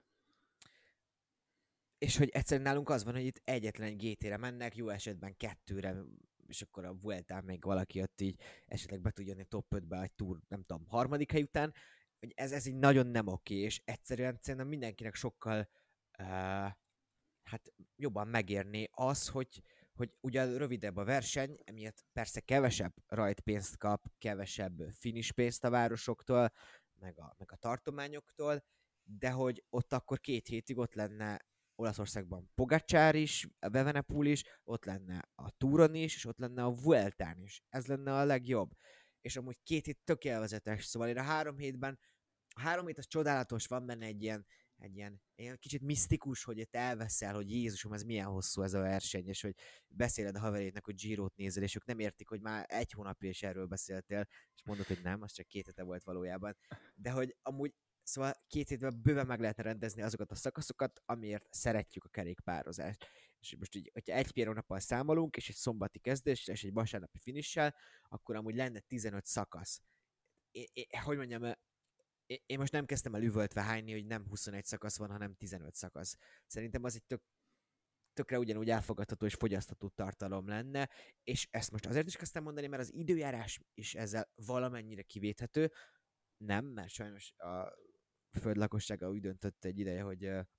És hogy egyszerűen nálunk az van, hogy itt egyetlen egy gé té-re mennek, jó esetben kettőre, és akkor a Vueltán még valaki ott így esetleg be tud jönni top ötbe egy túr, nem tudom, harmadik hely után, hogy ez, ez így nagyon nem oké, és egyszerűen szerintem mindenkinek sokkal uh, hát jobban megérni az, hogy, hogy ugye rövidebb a verseny, emiatt persze kevesebb rajtpénzt kap, kevesebb finish pénzt a városoktól, meg a, meg a tartományoktól, de hogy ott akkor két hétig ott lenne Olaszországban Pogačar is, a Evenepoel is, ott lenne a Touron is, és ott lenne a Vueltán is. Ez lenne a legjobb. És amúgy két hét tök élvezetes, szóval én a három hétben, a három hét az csodálatos, van benne egy ilyen, egy ilyen, ilyen kicsit misztikus, hogy itt elveszel, hogy Jézusom, ez milyen hosszú ez a verseny, és hogy beszéled a haverédnek, hogy Girót nézel, és ők nem értik, hogy már egy hónapja is erről beszéltél, és mondod, hogy nem, az csak két hete volt valójában. De hogy amúgy szóval két hétben bőven meg lehetne rendezni azokat a szakaszokat, amiért szeretjük a kerékpározást. És most így, hogyha egy pironappal számolunk, és egy szombati kezdés, és egy vasárnapi finissel, akkor amúgy lenne tizenöt szakasz. É, é, hogy mondjam, é, én most nem kezdtem el üvöltve hányni, hogy nem huszonegy szakasz van, hanem tizenöt szakasz. Szerintem az egy tök, tökre ugyanúgy elfogadható és fogyasztható tartalom lenne, és ezt most azért is kezdtem mondani, mert az időjárás is ezzel valamennyire kivéthető. Nem, mert sajnos a föld lakossága úgy döntött egy ideje, hogy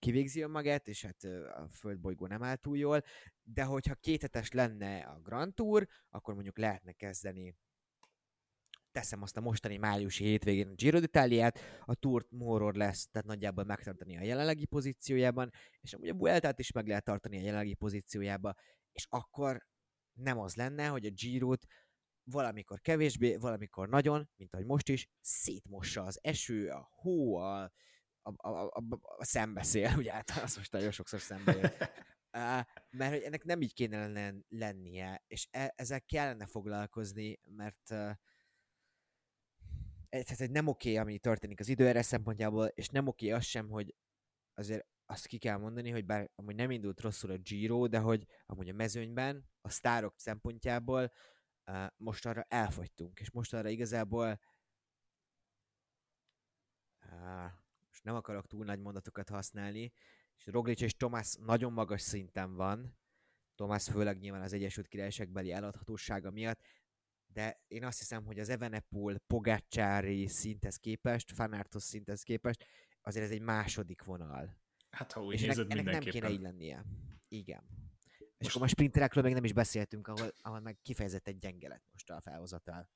kivégzi önmagát, és hát a földbolygó nem áll túl jól, de hogyha kéthetes lenne a Grand Tour, akkor mondjuk lehetne kezdeni, teszem azt a mostani májusi hétvégén a Giro d'Italiát, a Tour Moror lesz, tehát nagyjából megtartani a jelenlegi pozíciójában, és amúgy a Vueltát is meg lehet tartani a jelenlegi pozíciójába, és akkor nem az lenne, hogy a Girot valamikor kevésbé, valamikor nagyon, mint ahogy most is, szétmossa az eső, a hó, a, a, a, a, a szembeszél, ugye hát az most nagyon sokszor szembe jön. Uh, mert hogy ennek nem így kéne len, lennie, és e, ezzel kellene foglalkozni, mert uh, ez nem oké, ami történik az időjárás szempontjából, és nem oké az sem, hogy azért azt ki kell mondani, hogy bár amúgy nem indult rosszul a Giro, de hogy amúgy a mezőnyben, a sztárok szempontjából uh, most arra elfogytunk, és most arra igazából uh, most nem akarok túl nagy mondatokat használni, és Roglic és Thomas nagyon magas szinten van, Thomas főleg nyilván az Egyesült Királyságbeli eladhatósága miatt, de én azt hiszem, hogy az Evenepoel, Pogačári szinthez képest, Van Aerthoz szinthez képest, azért ez egy második vonal. Hát ha úgy és nézed, ennek, ennek nem kéne így lennie. Igen. Most... És akkor a sprinterekről még nem is beszéltünk, ahol, ahol meg kifejezetten gyenge lett most a felhozatal.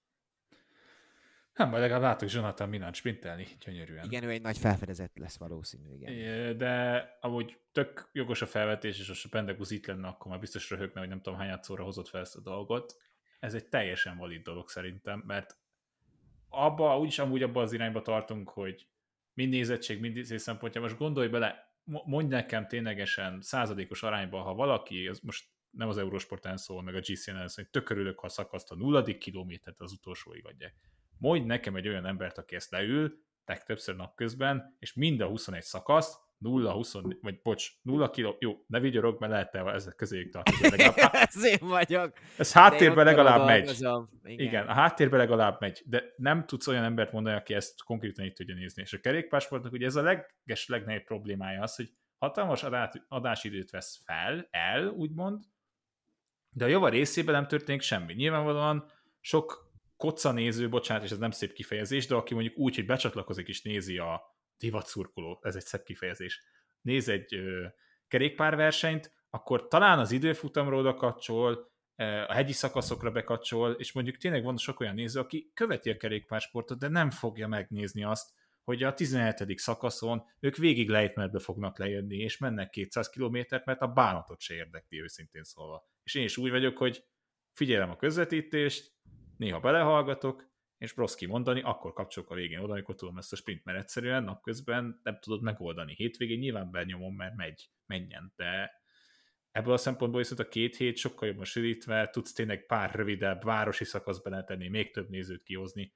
Nem, majd legalább látok Jonathan Minant sprintelni, gyönyörűen. Igen, ő egy nagy felfedezett lesz valószínű, igen. De amúgy tök jogos a felvetés, és most a Pendegus itt lenne, akkor már biztos röhögne, hogy nem tudom hányadszorra hozott fel ezt a dolgot. Ez egy teljesen valid dolog szerintem, mert abba, úgyis amúgy abba az irányba tartunk, hogy mind nézettség, mind nézés szempontja. Most gondolj bele, mondj nekem ténylegesen századékos arányban, ha valaki, az most nem az Eurosportán szól, meg a gé cé en-en szól, hogy tök örülök, ha szakaszt a nulladik kilométert az utolsóig adják. Mondj nekem egy olyan embert, aki ezt leül, legtöbbször napközben, és mind a huszonegy szakaszt, nulla húsz, vagy bocs, nulla kiló, jó, ne vigyorog, mert lehet te ezek közéjük tartozni. Ez én vagyok. Ez háttérben legalább megy. Igen. Igen, a háttérben legalább megy, de nem tudsz olyan embert mondani, aki ezt konkrétan itt tudja nézni. És a kerékpársportnak ugye ez a leges, legnagyobb problémája az, hogy hatalmas adás, adásidőt vesz fel, el, úgymond, de a java részében nem történik semmi. Nyilvánvalóan sok koccanéző, bocsánat, és ez nem szép kifejezés, de aki mondjuk úgy, hogy becsatlakozik és nézi a divatszurkoló, ez egy szebb kifejezés, néz egy ö, kerékpárversenyt, akkor talán az időfutamról oda kacsol, a hegyi szakaszokra bekacsol, és mondjuk tényleg van sok olyan néző, aki követi a kerékpársportot, de nem fogja megnézni azt, hogy a tizenhetedik szakaszon ők végig lejtmenetbe fognak lejönni, és mennek kétszáz kilométert, mert a bánatot se érdekli, őszintén szólva. És én is úgy vagyok, hogy figyelem a közvetítést, néha belehallgatok, és broszki mondani, akkor kapcsolok a végén oda, amikor tudom ezt a sprint, mert egyszerűen napközben nem tudod megoldani. Hétvégén nyilván benyomom, mert megy, menjen, de ebből a szempontból viszont a két hét sokkal jobban sűrítve, tudsz tényleg pár rövidebb városi szakaszt beletenni, még több nézőt kihozni.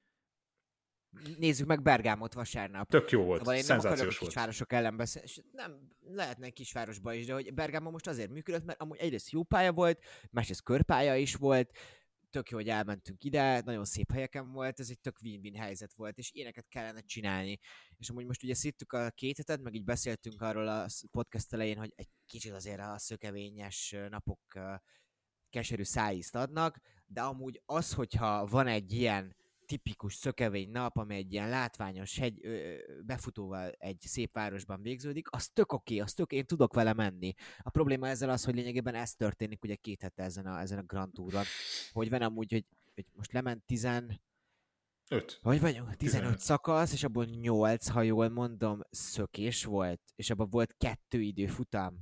Nézzük meg Bergámot vasárnap. Tök jó volt, szóval én szenzációs nem volt. Kisvárosok ellen beszélni, és nem lehetne egy kisvárosban is, de hogy Bergamo most azért működött, mert amúgy egyrészt jó pálya volt, másrészt körpálya is volt, tök jó, hogy elmentünk ide, nagyon szép helyeken volt, ez egy tök win-win helyzet volt, és ilyeneket kellene csinálni. És amúgy most ugye szíttük a két hetet, meg így beszéltünk arról a podcast elején, hogy egy kicsit azért a szökevényes napok keserű szájízt adnak, de amúgy az, hogyha van egy ilyen tipikus szökevény nap, ami egy ilyen látványos hegy, ö, befutóval egy szép városban végződik, az tök oké, az tök, én tudok vele menni. A probléma ezzel az, hogy lényegében ez történik ugye két hete ezen a, ezen a Grand Touron, hogy van amúgy, hogy, hogy most lement tizen... Öt. Hogy vagyunk? tizenöt, tizenöt szakasz, és abból nyolc, ha jól mondom, szökés volt, és abban volt kettő időfutam.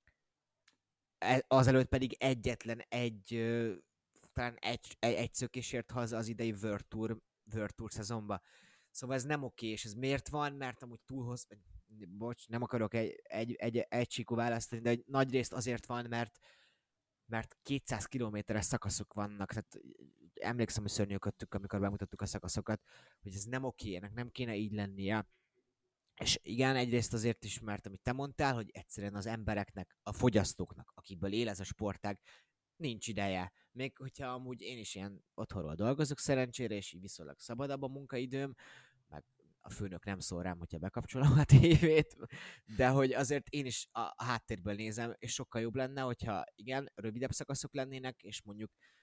Azelőtt pedig egyetlen egy... Ö, talán egy, egy, egy szökésért haza az idei World Tour, World Tour szezonba. Szóval ez nem oké, és ez miért van? Mert amúgy túlhoz... Bocs, nem akarok egy, egy, egy, egy csíkú választani, de nagy részt azért van, mert mert kétszáz kilométeres szakaszok vannak, tehát emlékszem, hogy szörnyűködtük, amikor bemutattuk a szakaszokat, hogy ez nem oké, ennek nem kéne így lennie. És igen, egyrészt azért is, mert amit te mondtál, hogy egyszerűen az embereknek, a fogyasztóknak, akikből él ez a sportág, nincs ideje. Még hogyha amúgy én is ilyen otthonról dolgozok szerencsére, és így viszonylag szabadabb a munkaidőm, meg a főnök nem szól rám, hogyha bekapcsolom a tévét, de hogy azért én is a, a háttérből nézem, és sokkal jobb lenne, hogyha igen, rövidebb szakaszok lennének, és mondjuk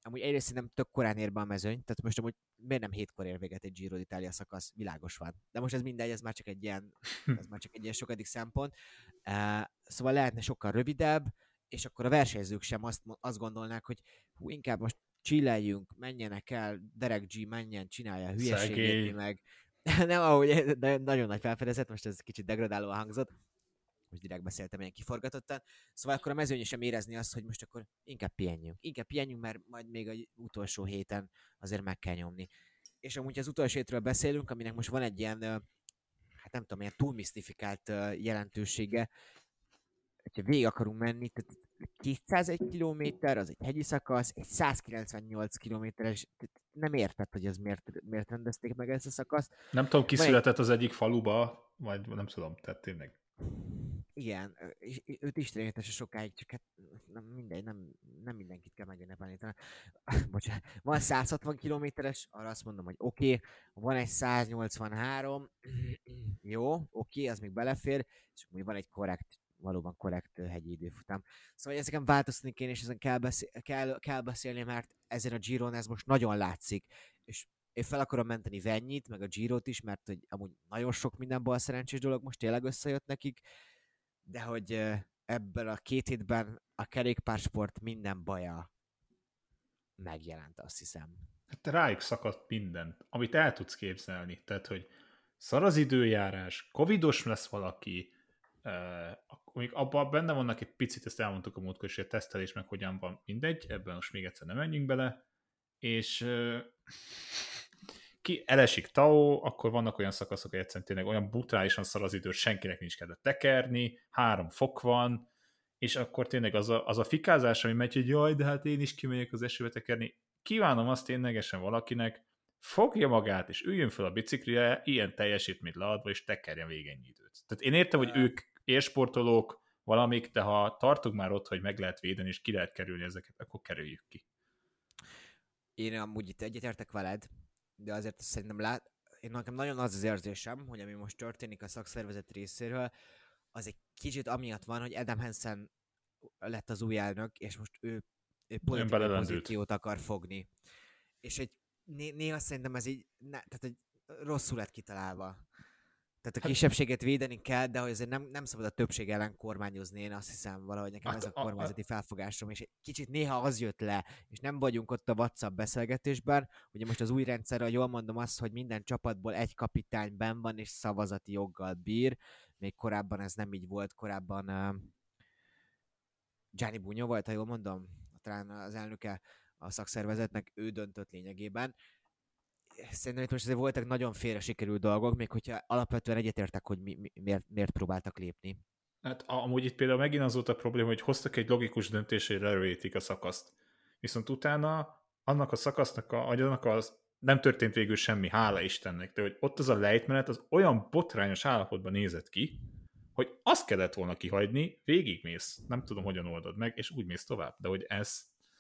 amúgy egyrészt szerintem tök korán ér be a mezőny, tehát most amúgy miért nem hétkor ér véget egy Giro d'Italia szakasz, világos van. De most ez mindegy, ez már csak egy ilyen, ez már csak egy ilyen sokadik szempont. Uh, szóval lehetne sokkal rövidebb, és akkor a versenyzők sem azt, azt gondolnák, hogy hú, inkább most chilleljünk, menjenek el, Derek G menjen, csinálja a hülyeségét, meg nem, ahogy, de nagyon nagy felfedezet, most ez kicsit degradálóan hangzott, most direkt beszéltem ilyen kiforgatottan, szóval akkor a mezőny sem érezni azt, hogy most akkor inkább pihenjünk, inkább pihenjünk, mert majd még az utolsó héten azért meg kell nyomni. És amúgy az utolsó hétről beszélünk, aminek most van egy ilyen, hát nem tudom, ilyen túlmisztifikált jelentősége, hogyha végig akarunk menni, tehát kétszázegy kilométer, az egy hegyi szakasz, egy százkilencvennyolc kilométeres, nem érted, hogy ez miért, miért rendezték meg ezt a szakaszt. Nem tudom, ki született az egyik faluba, vagy nem tudom, tehát tényleg. Igen, és őt Isten értese sokáig, csak hát nem mindegy, nem, nem mindenkit kell megünnepelni. Bocsánat, van száz hatvan kilométeres, arra azt mondom, hogy oké, okay. Van egy száz nyolcvanhárom, jó, oké, okay, az még belefér, és úgy van egy korrekt, valóban korrekt hegyi időfutam. Szóval ezeken változtatni kéne, és ezen kell, beszél, kell, kell beszélni, mert ezen a Giron ez most nagyon látszik, és én fel akarom menteni Vennyit, meg a Girot is, mert hogy amúgy nagyon sok minden bal szerencsés dolog most tényleg összejött nekik, de hogy ebben a két hétben a kerékpársport minden baja megjelent, azt hiszem. Hát rájuk szakadt mindent, amit el tudsz képzelni. Tehát, hogy szar az időjárás, covidos lesz valaki, euh, még abban benne vannak egy picit, ezt elmondtuk a múltkor, és a tesztelés meg hogyan van, mindegy, ebben most még egyszer nem menjünk bele, és euh, ki elesik Tao, akkor vannak olyan szakaszok, hogy egyszerűen tényleg olyan brutálisan szar az idő, senkinek nincs kedve tekerni, három fok van, és akkor tényleg az a, az a fikázás, ami megy, hogy jaj, de hát én is kimegyek az esőbe tekerni. Kívánom azt ténylegesen valakinek, fogja magát, és üljön fel a biciklire, ilyen teljesítményt leadva, és tekerjen végig ennyi időt. Tehát én értem, hogy ők élsportolók valamik, de ha tartunk már ott, hogy meg lehet védeni, és ki lehet kerülni ezeket, akkor kerüljük ki. Én amúgy itt egyetértek veled, de azért szerintem lát, én nekem nagyon az az érzésem, hogy ami most történik a szakszervezet részéről, az egy kicsit amiatt van, hogy Adam Hansen lett az új elnök, és most ő, ő politikai pozíciót akar fogni. És egy, né, néha szerintem ez így, ne, tehát egy rosszul lett kitalálva. Tehát a kisebbséget védeni kell, de hogy azért nem, nem szabad a többség ellen kormányozni, én azt hiszem valahogy nekem hát, ez a kormányzati a, a... felfogásom, és egy kicsit néha az jött le, és nem vagyunk ott a WhatsApp beszélgetésben, ugye most az új rendszerről jól mondom azt, hogy minden csapatból egy kapitány benn van, és szavazati joggal bír, még korábban ez nem így volt, korábban uh, Gianni Bugno volt, ha jól mondom, talán az elnöke a szakszervezetnek, ő döntött lényegében. Szerintem itt most azért voltak nagyon félre sikerült dolgok, még hogyha alapvetően egyetértek, hogy mi, mi, miért, miért próbáltak lépni. Hát amúgy itt például megint az volt a probléma, hogy hoztak egy logikus döntést, hogy lerövidítik a szakaszt. Viszont utána annak a szakasznak, a, annak az nem történt végül semmi, hála Istennek, de hogy ott az a lejtmenet az olyan botrányos állapotban nézett ki, hogy azt kellett volna kihagyni, végigmész, nem tudom, hogyan oldod meg, és úgy mész tovább. De hogy ez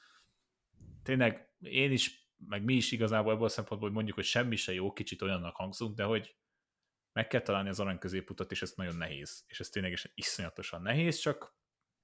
tényleg én is, meg mi is igazából ebből a szempontból, hogy mondjuk, hogy semmi se jó, kicsit olyannak hangzunk, de hogy meg kell találni az arany középutat, és ez nagyon nehéz. És ez ténylegesen iszonyatosan nehéz, csak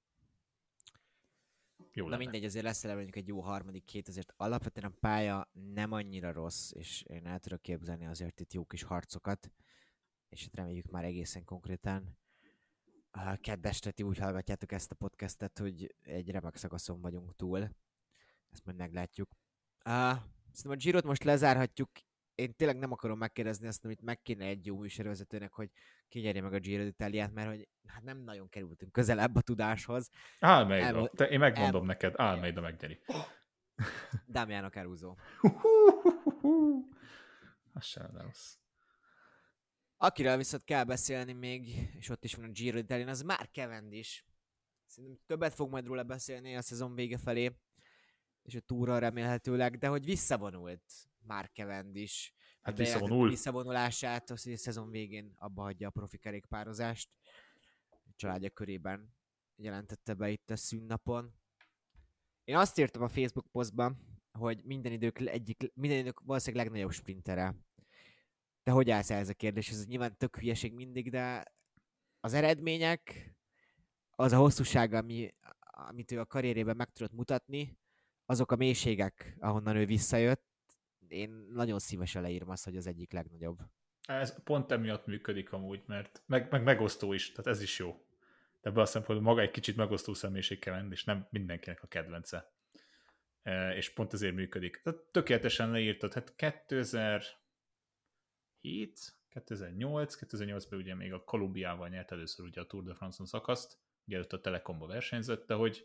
jó lenne. Na mindegy, azért lesz mondjuk egy jó harmadik hét, azért alapvetően a pálya nem annyira rossz, és én el tudok képzelni azért itt jó kis harcokat, és itt reméljük már egészen konkrétan. Kedd este ti úgy hallgatjátok ezt a podcastet, hogy egy remek szakaszon vagyunk túl. Ezt majd meglátjuk. Uh, szerintem a Girot most lezárhatjuk. Én tényleg nem akarom megkérdezni azt, amit meg kéne egy jó műsorvezetőnek, hogy ki nyerje meg a Giro d'Italiát, mert hogy hát nem nagyon kerültünk közelebb a tudáshoz. Almeida. El... Te, én megmondom el... neked, Almeida megnyeri. Damiano Caruso. Az sem rossz. Akiről viszont kell beszélni még, és ott is van a Giro d'Italia, az már Cavendish. Szerintem többet fog majd róla beszélni a szezon vége felé, és a túra remélhetőleg, de hogy visszavonult már Cavendish. Hát visszavonul. Visszavonulását, az, hogy a szezon végén abba hagyja a profi kerékpározást. A családja körében jelentette be itt a szünnapon. Én azt írtam a Facebook posztban, hogy minden idők egyik, minden idők valószínűleg legnagyobb sprintere. De hogy állsz el ez a kérdés? Ez nyilván tök hülyeség mindig, de az eredmények, az a hosszúság, ami, amit ő a karrierében meg tudott mutatni, azok a mélységek, ahonnan ő visszajött, én nagyon szívesen leírom azt, hogy az egyik legnagyobb. Ez pont emiatt működik amúgy, mert meg, meg megosztó is, tehát ez is jó. De ebből a szempontból maga egy kicsit megosztó személyiség kell lenni, és nem mindenkinek a kedvence. E, és pont ezért működik. Tehát tökéletesen leírtad, hát kétezer-hét, kétezer-nyolc, kétezer-nyolcban ugye még a Kolumbiával nyert először ugye a Tour de France-on szakaszt, ugye előtt a Telekomba versenyzett, de hogy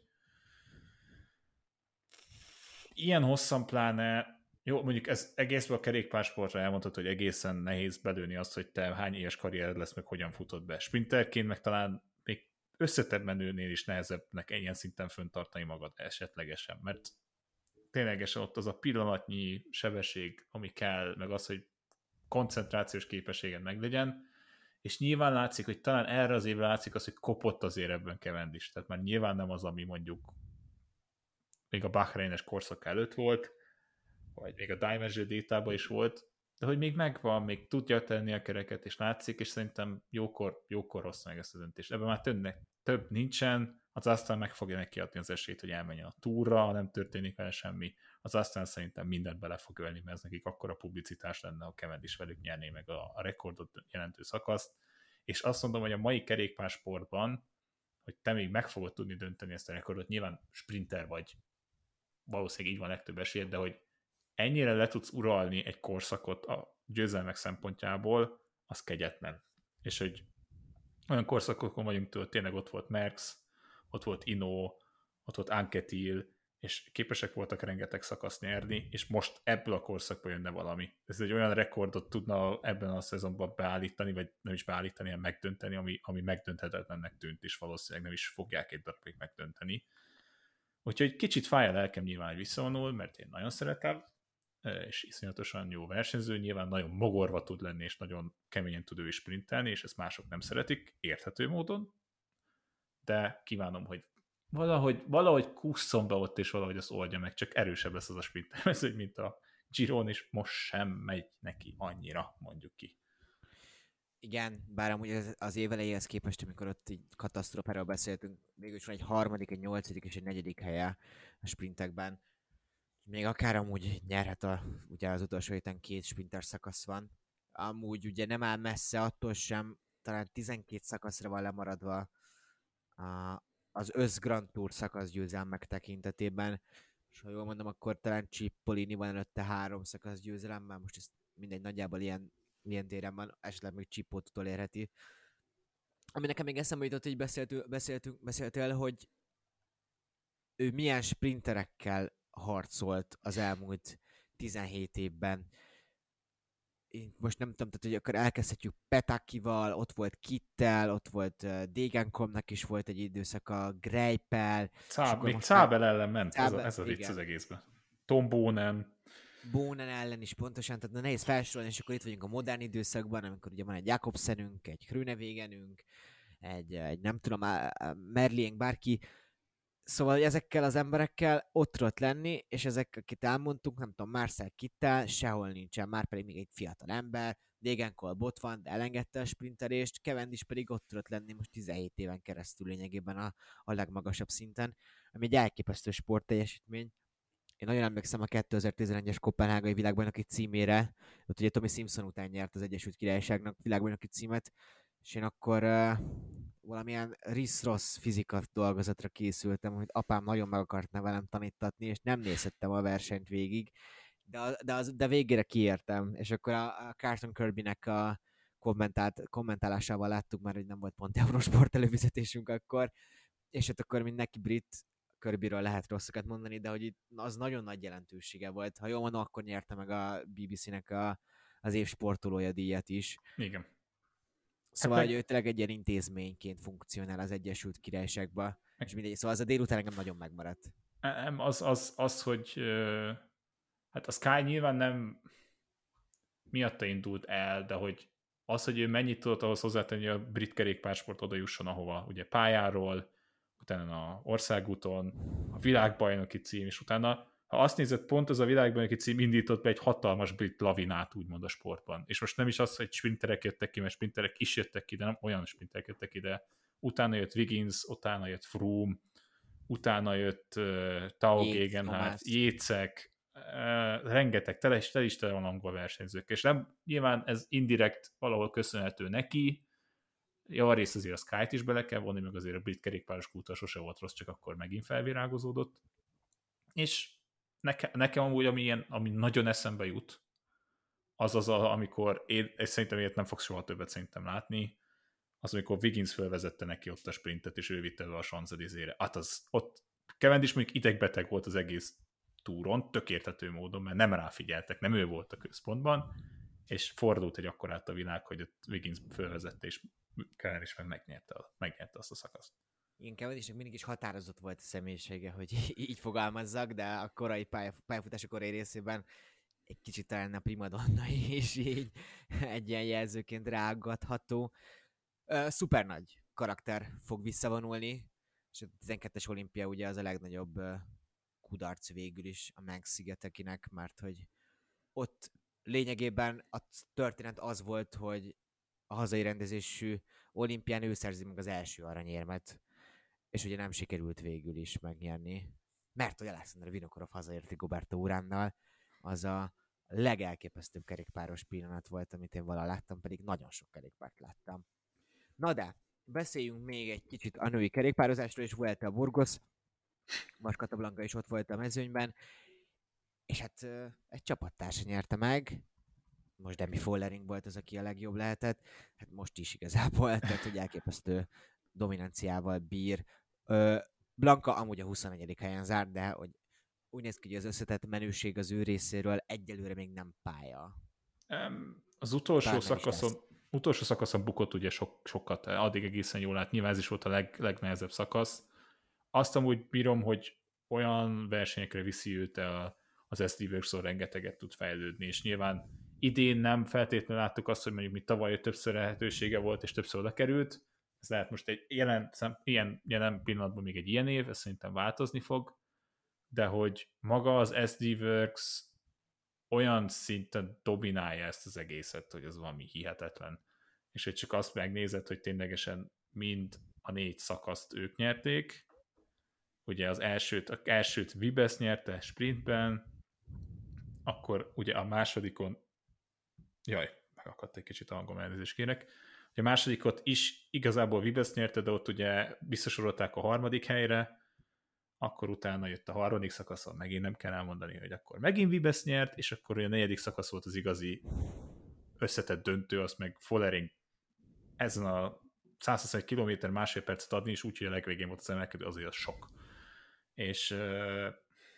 ilyen hosszan pláne, jó, mondjuk ez egészben a kerékpársportra elmondható, hogy egészen nehéz belőni azt, hogy te hány éves karriered lesz, meg hogyan futod be. Sprinterként meg talán még összetebb menőnél is nehezebbnek ilyen szinten föntartani magad esetlegesen, mert ténylegesen ott az a pillanatnyi sebesség, ami kell, meg az, hogy koncentrációs képességed meglegyen, és nyilván látszik, hogy talán erre az évre látszik az, hogy kopott azért ebben Cavendish, tehát már nyilván nem az, ami mondjuk még a Bahreines korszak előtt volt, vagy még a Dimension Data-ban is volt, de hogy még megvan, még tudja tenni a kereket, és látszik, és szerintem jókor, jókor hozta meg ezt a döntést. Ebben már több, több nincsen, az aztán meg fogja neki adni az esélyt, hogy elmenjen a túra, ha nem történik vele semmi, az aztán szerintem mindent bele fog ölni, mert ez nekik akkora publicitás lenne, ha Cavendish velük nyerné meg a, a rekordot jelentő szakaszt, és azt mondom, hogy a mai kerékpársportban, hogy te még meg fogod tudni dönteni ezt a rekordot, nyilván sprinter vagy, valószínűleg így van legtöbb esélyed, de hogy ennyire le tudsz uralni egy korszakot a győzelmek szempontjából, az kegyetlen. És hogy olyan korszakokon vagyunk tőle, tényleg ott volt Merckx, ott volt Ino, ott volt Anquetil, és képesek voltak rengeteg szakaszt nyerni, és most ebből a korszakból jönne valami. Ez egy olyan rekordot tudna ebben a szezonban beállítani, vagy nem is beállítani, hanem megdönteni, ami, ami megdönthetetlennek tűnt, és valószínűleg nem is fogják egy darabig megdönteni. Úgyhogy kicsit fáj a lelkem nyilván, hogy visszavonul, mert én nagyon szeretem, és iszonyatosan jó versenyző, nyilván nagyon mogorva tud lenni, és nagyon keményen tud ő is sprintelni, és ezt mások nem szeretik, érthető módon, de kívánom, hogy valahogy, valahogy kusszon be ott, és valahogy azt oldja meg, csak erősebb lesz az a sprinter, mint a Giron, és most sem megy neki annyira, mondjuk ki. Igen, bár amúgy az, az év elejéhez képest, amikor ott így katasztrófáról beszéltünk, mégis van egy harmadik, egy nyolcadik és egy negyedik helye a sprintekben. Még akár amúgy nyerhet a, ugye az utolsó héten két sprinter szakasz van. Amúgy ugye nem áll messze attól sem, talán tizenkét szakaszra van lemaradva a, az össz Grand Tour szakasz győzelmek tekintetében. És ha jól mondom, akkor talán Cipollini van előtte három szakasz győzelemmel, most ez mindegy, nagyjából ilyen, ilyen téren van, esetleg még Cipót utolérheti. Ami nekem még eszembe jutott, hogy beszéltünk, beszéltünk, beszéltél, hogy ő milyen sprinterekkel harcolt az elmúlt tizenhét évben. Én most nem tudom, tehát, hogy akkor elkezdhetjük Petakival, ott volt Kittel, ott volt uh, Degenkolbnak is volt egy időszaka, Greipel. Cáb, még Cábel ellen ment, Cábel, ez a, ez a vicc az egészben. Tom Bonen. Bonen ellen is pontosan, tehát nehéz felsorolni, és akkor itt vagyunk a modern időszakban, amikor ugye van egy Jakobsenünk, egy Grünewegenünk, egy, egy nem tudom, Merlieng, bárki. Szóval ezekkel az emberekkel ott tudott lenni, és ezek, akit elmondtunk, nem tudom, Marcel Kittel sehol nincsen, már pedig még egy fiatal ember, Degenkolb ott van, de elengedte a sprinterést, Cavendish pedig ott tudott lenni most tizenhét éven keresztül lényegében a, a legmagasabb szinten, ami egy elképesztő sportteljesítmény. Én nagyon emlékszem a kétezer-tizenegyes Koppenhágai világbajnoki címére, ott ugye Tommy Simpson után nyert az Egyesült Királyságnak világbajnoki címet, és én akkor uh, valamilyen Riss-Ross fizika dolgozatra készültem, hogy apám nagyon meg akartna velem tanítatni, és nem nézhettem a versenyt végig, de, de, az, de végére kiértem, és akkor a, a Carson Kirbynek a kommentált, kommentálásával láttuk már, hogy nem volt pont Eurosport előfizetésünk akkor, és hát akkor mindenki brit, Kirbyről lehet rosszakat mondani, de hogy itt az nagyon nagy jelentősége volt. Ha jól mondom, akkor nyerte meg a bé bé cé-nek a, az év sportolója díjat is. Igen. Szóval, hát hogy ő tényleg egy ilyen intézményként funkcionál az Egyesült Királyságban, és mindegy, szóval az a délután engem nagyon megmaradt. Nem, az, az, az, hogy hát a Sky nyilván nem miatta indult el, de hogy az, hogy ő mennyit tudott ahhoz hozzátenni, hogy a brit kerékpársport oda jusson, ahova ugye pályáról, utána a országúton, a világbajnoki cím, és utána, ha azt nézed, pont az a világbajnoki cím indított be egy hatalmas brit lavinát, úgymond a sportban. És most nem is az, hogy sprinterek jöttek ki, mert sprinterek is jöttek ki, de nem olyan sprinterek jöttek ki, de utána jött Wiggins, utána jött Froome, utána jött uh, Tao Gegenhardt, Jécek, uh, rengeteg, tele, tele is tele van angol versenyzők, és nem, nyilván ez indirekt valahol köszönhető neki, javarészt azért a Sky-t is bele kell vonni, meg azért a brit kerékpáros kúta sose volt rossz, csak akkor megint felvirágozódott, és nekem, nekem amúgy, ami, ilyen, ami nagyon eszembe jut, az az, a, amikor én, és szerintem ilyet nem fogsz soha többet szerintem látni, az, amikor Wiggins fölvezette neki ott a sprintet, és ő vitte be a Champs-Élysées-re. Hát az, ott Cavendish mondjuk idegbeteg volt az egész túron, tök érthető módon, mert nem ráfigyeltek, nem ő volt a központban, és fordult egy akkorát a világ, hogy ott Wiggins fölvezette, és Cavendish meg megnyerte, megnyerte azt a szakaszt. Igen, Cavendishnek mindig is határozott volt a személyisége, hogy így fogalmazzak, de a korai pályafutása korai részében egy kicsit talán a primadonna is így egy ilyen jelzőként ráaggatható. Uh, szuper nagy karakter fog visszavonulni, és a tizenkettes olimpia ugye az a legnagyobb uh, kudarc végül is a Manx-szigetekinek, mert hogy ott lényegében a történet az volt, hogy a hazai rendezésű olimpián ő szerzi meg az első aranyérmet, és ugye nem sikerült végül is megnyerni, mert hogy Alexander Vinokurov hazaért Rigoberto Uránnal, az a legelképesztőbb kerékpáros pillanat volt, amit én valaha láttam, pedig nagyon sok kerékpárt láttam. Na de, beszéljünk még egy kicsit a női kerékpározásról, és Vuelta a Burgos, Mas Capablanca is ott volt a mezőnyben, és hát egy csapattársa nyerte meg, most Demi Vollering volt az, aki a legjobb lehetett, hát most is igazából, tehát hogy elképesztő dominanciával bír. Blanca amúgy a huszonegyedik helyen zárt, de hogy úgy néz ki, hogy az összetett menőség az ő részéről egyelőre még nem pálya. Az utolsó szakaszon, utolsó szakaszon bukott ugye sok, sokat, addig egészen jól állt, nyilván ez is volt a leg, legnehezebb szakasz. Azt amúgy bírom, hogy olyan versenyekre viszi őt el az es dé Works-on rengeteget tud fejlődni, és nyilván idén nem feltétlenül láttuk azt, hogy mondjuk mi tavaly többször lehetősége volt, és többször oda került. Ez lehet most egy jelen, ilyen, jelen pillanatban még egy ilyen év, ez szerintem változni fog, de hogy maga az es dé Works olyan szinten dominálja ezt az egészet, hogy az valami hihetetlen. És hogy csak azt megnézed, hogy ténylegesen mind a négy szakaszt ők nyerték. Ugye az elsőt, az elsőt Vibes nyerte sprintben, akkor ugye a másodikon, jaj, megakadt egy kicsit a hangom, elnézést kérek, ugye a másodikot is igazából Vibes nyerte, de ott ugye visszasorolták a harmadik helyre, akkor utána jött a harmadik szakaszon, megint nem kell elmondani, hogy akkor megint Vibes nyert, és akkor a negyedik szakasz volt az igazi összetett döntő, az meg Vollering ezen a száz huszonegy kilométer másfél percet adni, és úgy, hogy a legvégén volt az emelkedő, azért az sok. És euh,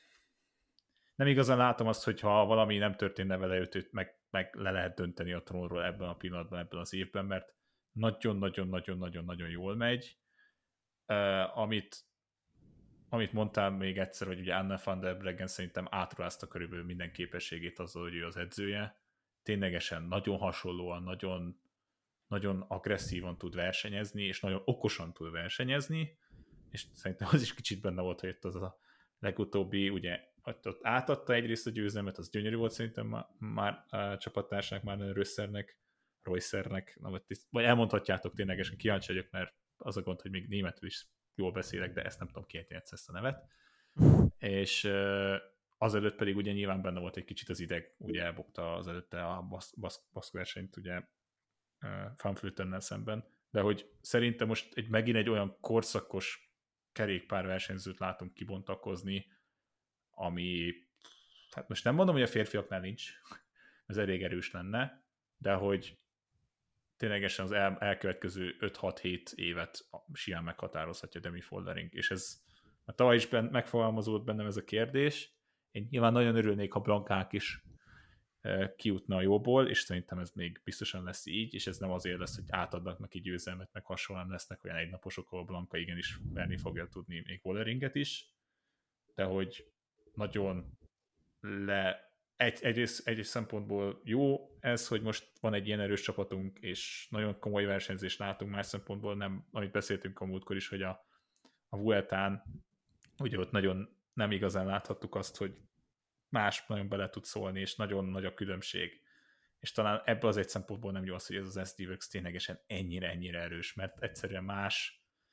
nem igazán látom azt, hogy ha valami nem történne vele, őt meg, meg le lehet dönteni a trónról ebben a pillanatban, ebben az évben, mert nagyon-nagyon-nagyon-nagyon-nagyon jól megy. Uh, amit amit mondtam még egyszer, hogy ugye Anna van der Breggen szerintem átruházta körülbelül minden képességét azzal, hogy ő az edzője. Ténylegesen nagyon hasonlóan, nagyon, nagyon agresszívan tud versenyezni, és nagyon okosan tud versenyezni, és szerintem az is kicsit benne volt, hogy itt az a legutóbbi, ugye ott átadta egyrészt a győzelmet, az gyönyörű volt szerintem már, már a csapattársának, már nagyon Rösszernek, Reussernek, vagy elmondhatjátok ténylegesen, kíváncsi vagyok, mert az a gond, hogy még németül is jól beszélek, de ezt nem tudom kiejteni ezt a nevet. És uh, azelőtt pedig ugye nyilván benne volt egy kicsit az ideg, ugye elbukta az előtte a baszk, baszk, baszk versenyt ugye uh, Van Vleutennel szemben, de hogy szerintem most egy, megint egy olyan korszakos kerékpárversenyzőt látunk kibontakozni, ami, hát most nem mondom, hogy a férfiaknál nincs, ez elég erős lenne, de hogy ténylegesen az el, elkövetkező öt-hat-hét évet simán meghatározhatja Demi Vollering, és ez a tavaly is ben, megfogalmazódott bennem ez a kérdés. Én nyilván nagyon örülnék, ha Blancák is e, kijutna a jóból, és szerintem ez még biztosan lesz így, és ez nem azért lesz, hogy átadnak neki győzelmet, meg hasonlóan lesznek olyan egynaposok, ahol Blanca igenis verni fogja tudni még Volleringet is, de hogy nagyon le Egy, egyrészt, egyrészt szempontból jó ez, hogy most van egy ilyen erős csapatunk, és nagyon komoly versenyzést látunk, más szempontból nem, amit beszéltünk a múltkor is, hogy a, a Vueltán, ugye ott nagyon nem igazán láthattuk azt, hogy más nagyon bele tud szólni, és nagyon nagy a különbség. És talán ebbe az egy szempontból nem jó az, hogy ez az es dé Works ténylegesen ennyire-ennyire erős, mert egyszerűen más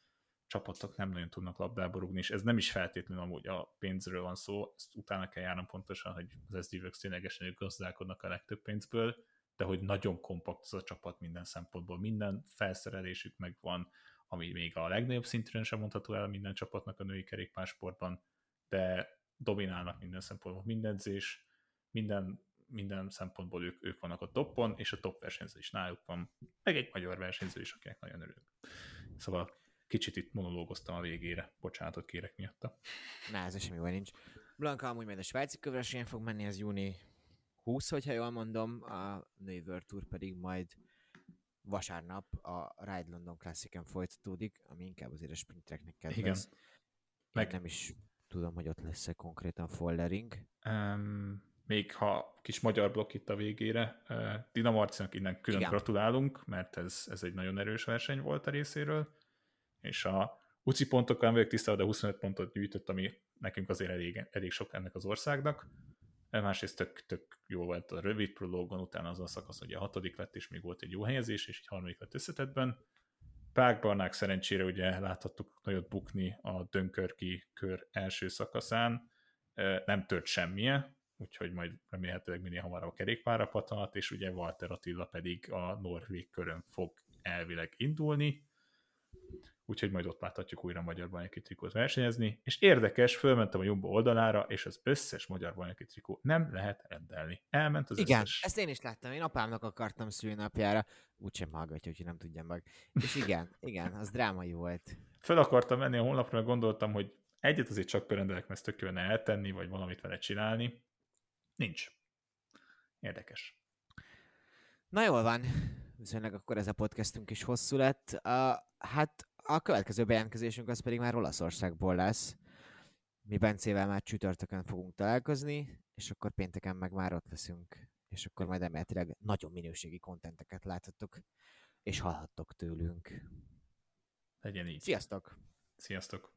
csapatok nem nagyon tudnak labdába rúgni, és ez nem is feltétlenül amúgy a pénzről van szó, ezt utána kell járnom pontosan, hogy az es dé Works ténylegesen ők gazdálkodnak a legtöbb pénzből, de hogy nagyon kompakt az a csapat minden szempontból, minden felszerelésük megvan, ami még a legnagyobb szinten sem mondható el minden csapatnak a női kerékpársportban, de dominálnak minden szempontból, minden edzés, minden, minden szempontból ők, ők vannak a toppon, és a top versenyző is náluk van, meg egy magyar versenyző is, akinek nagyon örülünk. Szóval kicsit itt monológoztam a végére, bocsánatot kérek miatta. Na, ez semmi baj nincs. Blanka amúgy majd a svájci kövversenyen fog menni, az júni huszadika, hogyha jól mondom, a női World Tour pedig majd vasárnap a Ride London Classic-en folytatódik, ami inkább azért a sprint tracknek kedvez. Igen. Meg... nem is tudom, hogy ott lesz-e konkrétan foldering. Um, még ha kis magyar blokk itt a végére, uh, Dina Marcinak innen külön Igen. gratulálunk, mert ez, ez egy nagyon erős verseny volt a részéről, és a u cé i pontokkal nem vagyok tisztában, de huszonöt pontot gyűjtött, ami nekünk azért elég, elég sok ennek az országnak. Másrészt tök, tök jó volt a rövid prológon, utána az a szakasz, hogy a hatodik lett, és még volt egy jó helyezés, és egy harmadik lett összetettben. Pák Barnák szerencsére ugye láthattuk nagyot bukni a Dunkirki kör első szakaszán, nem tört semmije, úgyhogy majd remélhetőleg minél hamarabb a kerékpárra pattanat, és ugye Walter Attila pedig a norvég körön fog elvileg indulni, úgyhogy majd ott láthatjuk újra a magyar bajnoki trikót versenyezni, és érdekes, fölmentem a Jumbo oldalára, és az összes magyar bajnoki trikó nem lehet rendelni. Elment az igen, összes. Ezt én is láttam, én apámnak akartam szülőnapjára, úgysem hallgatja, úgyhogy nem tudja meg. És igen, igen, az drámai volt. Föl akartam menni a honlapra, mert gondoltam, hogy egyet azért csak berendelek, mert tök jönne eltenni, vagy valamit vele csinálni. Nincs. Érdekes. Na jól van, viszonylag akkor ez a podcastunk is hosszú lett. Uh, hát a következő bejelentkezésünk az pedig már Olaszországból lesz. Mi Bencével már csütörtökön fogunk találkozni, és akkor pénteken meg már ott leszünk, és akkor majd emeletileg nagyon minőségi kontenteket láthatok, és hallhattok tőlünk. Legyen így. Sziasztok! Sziasztok!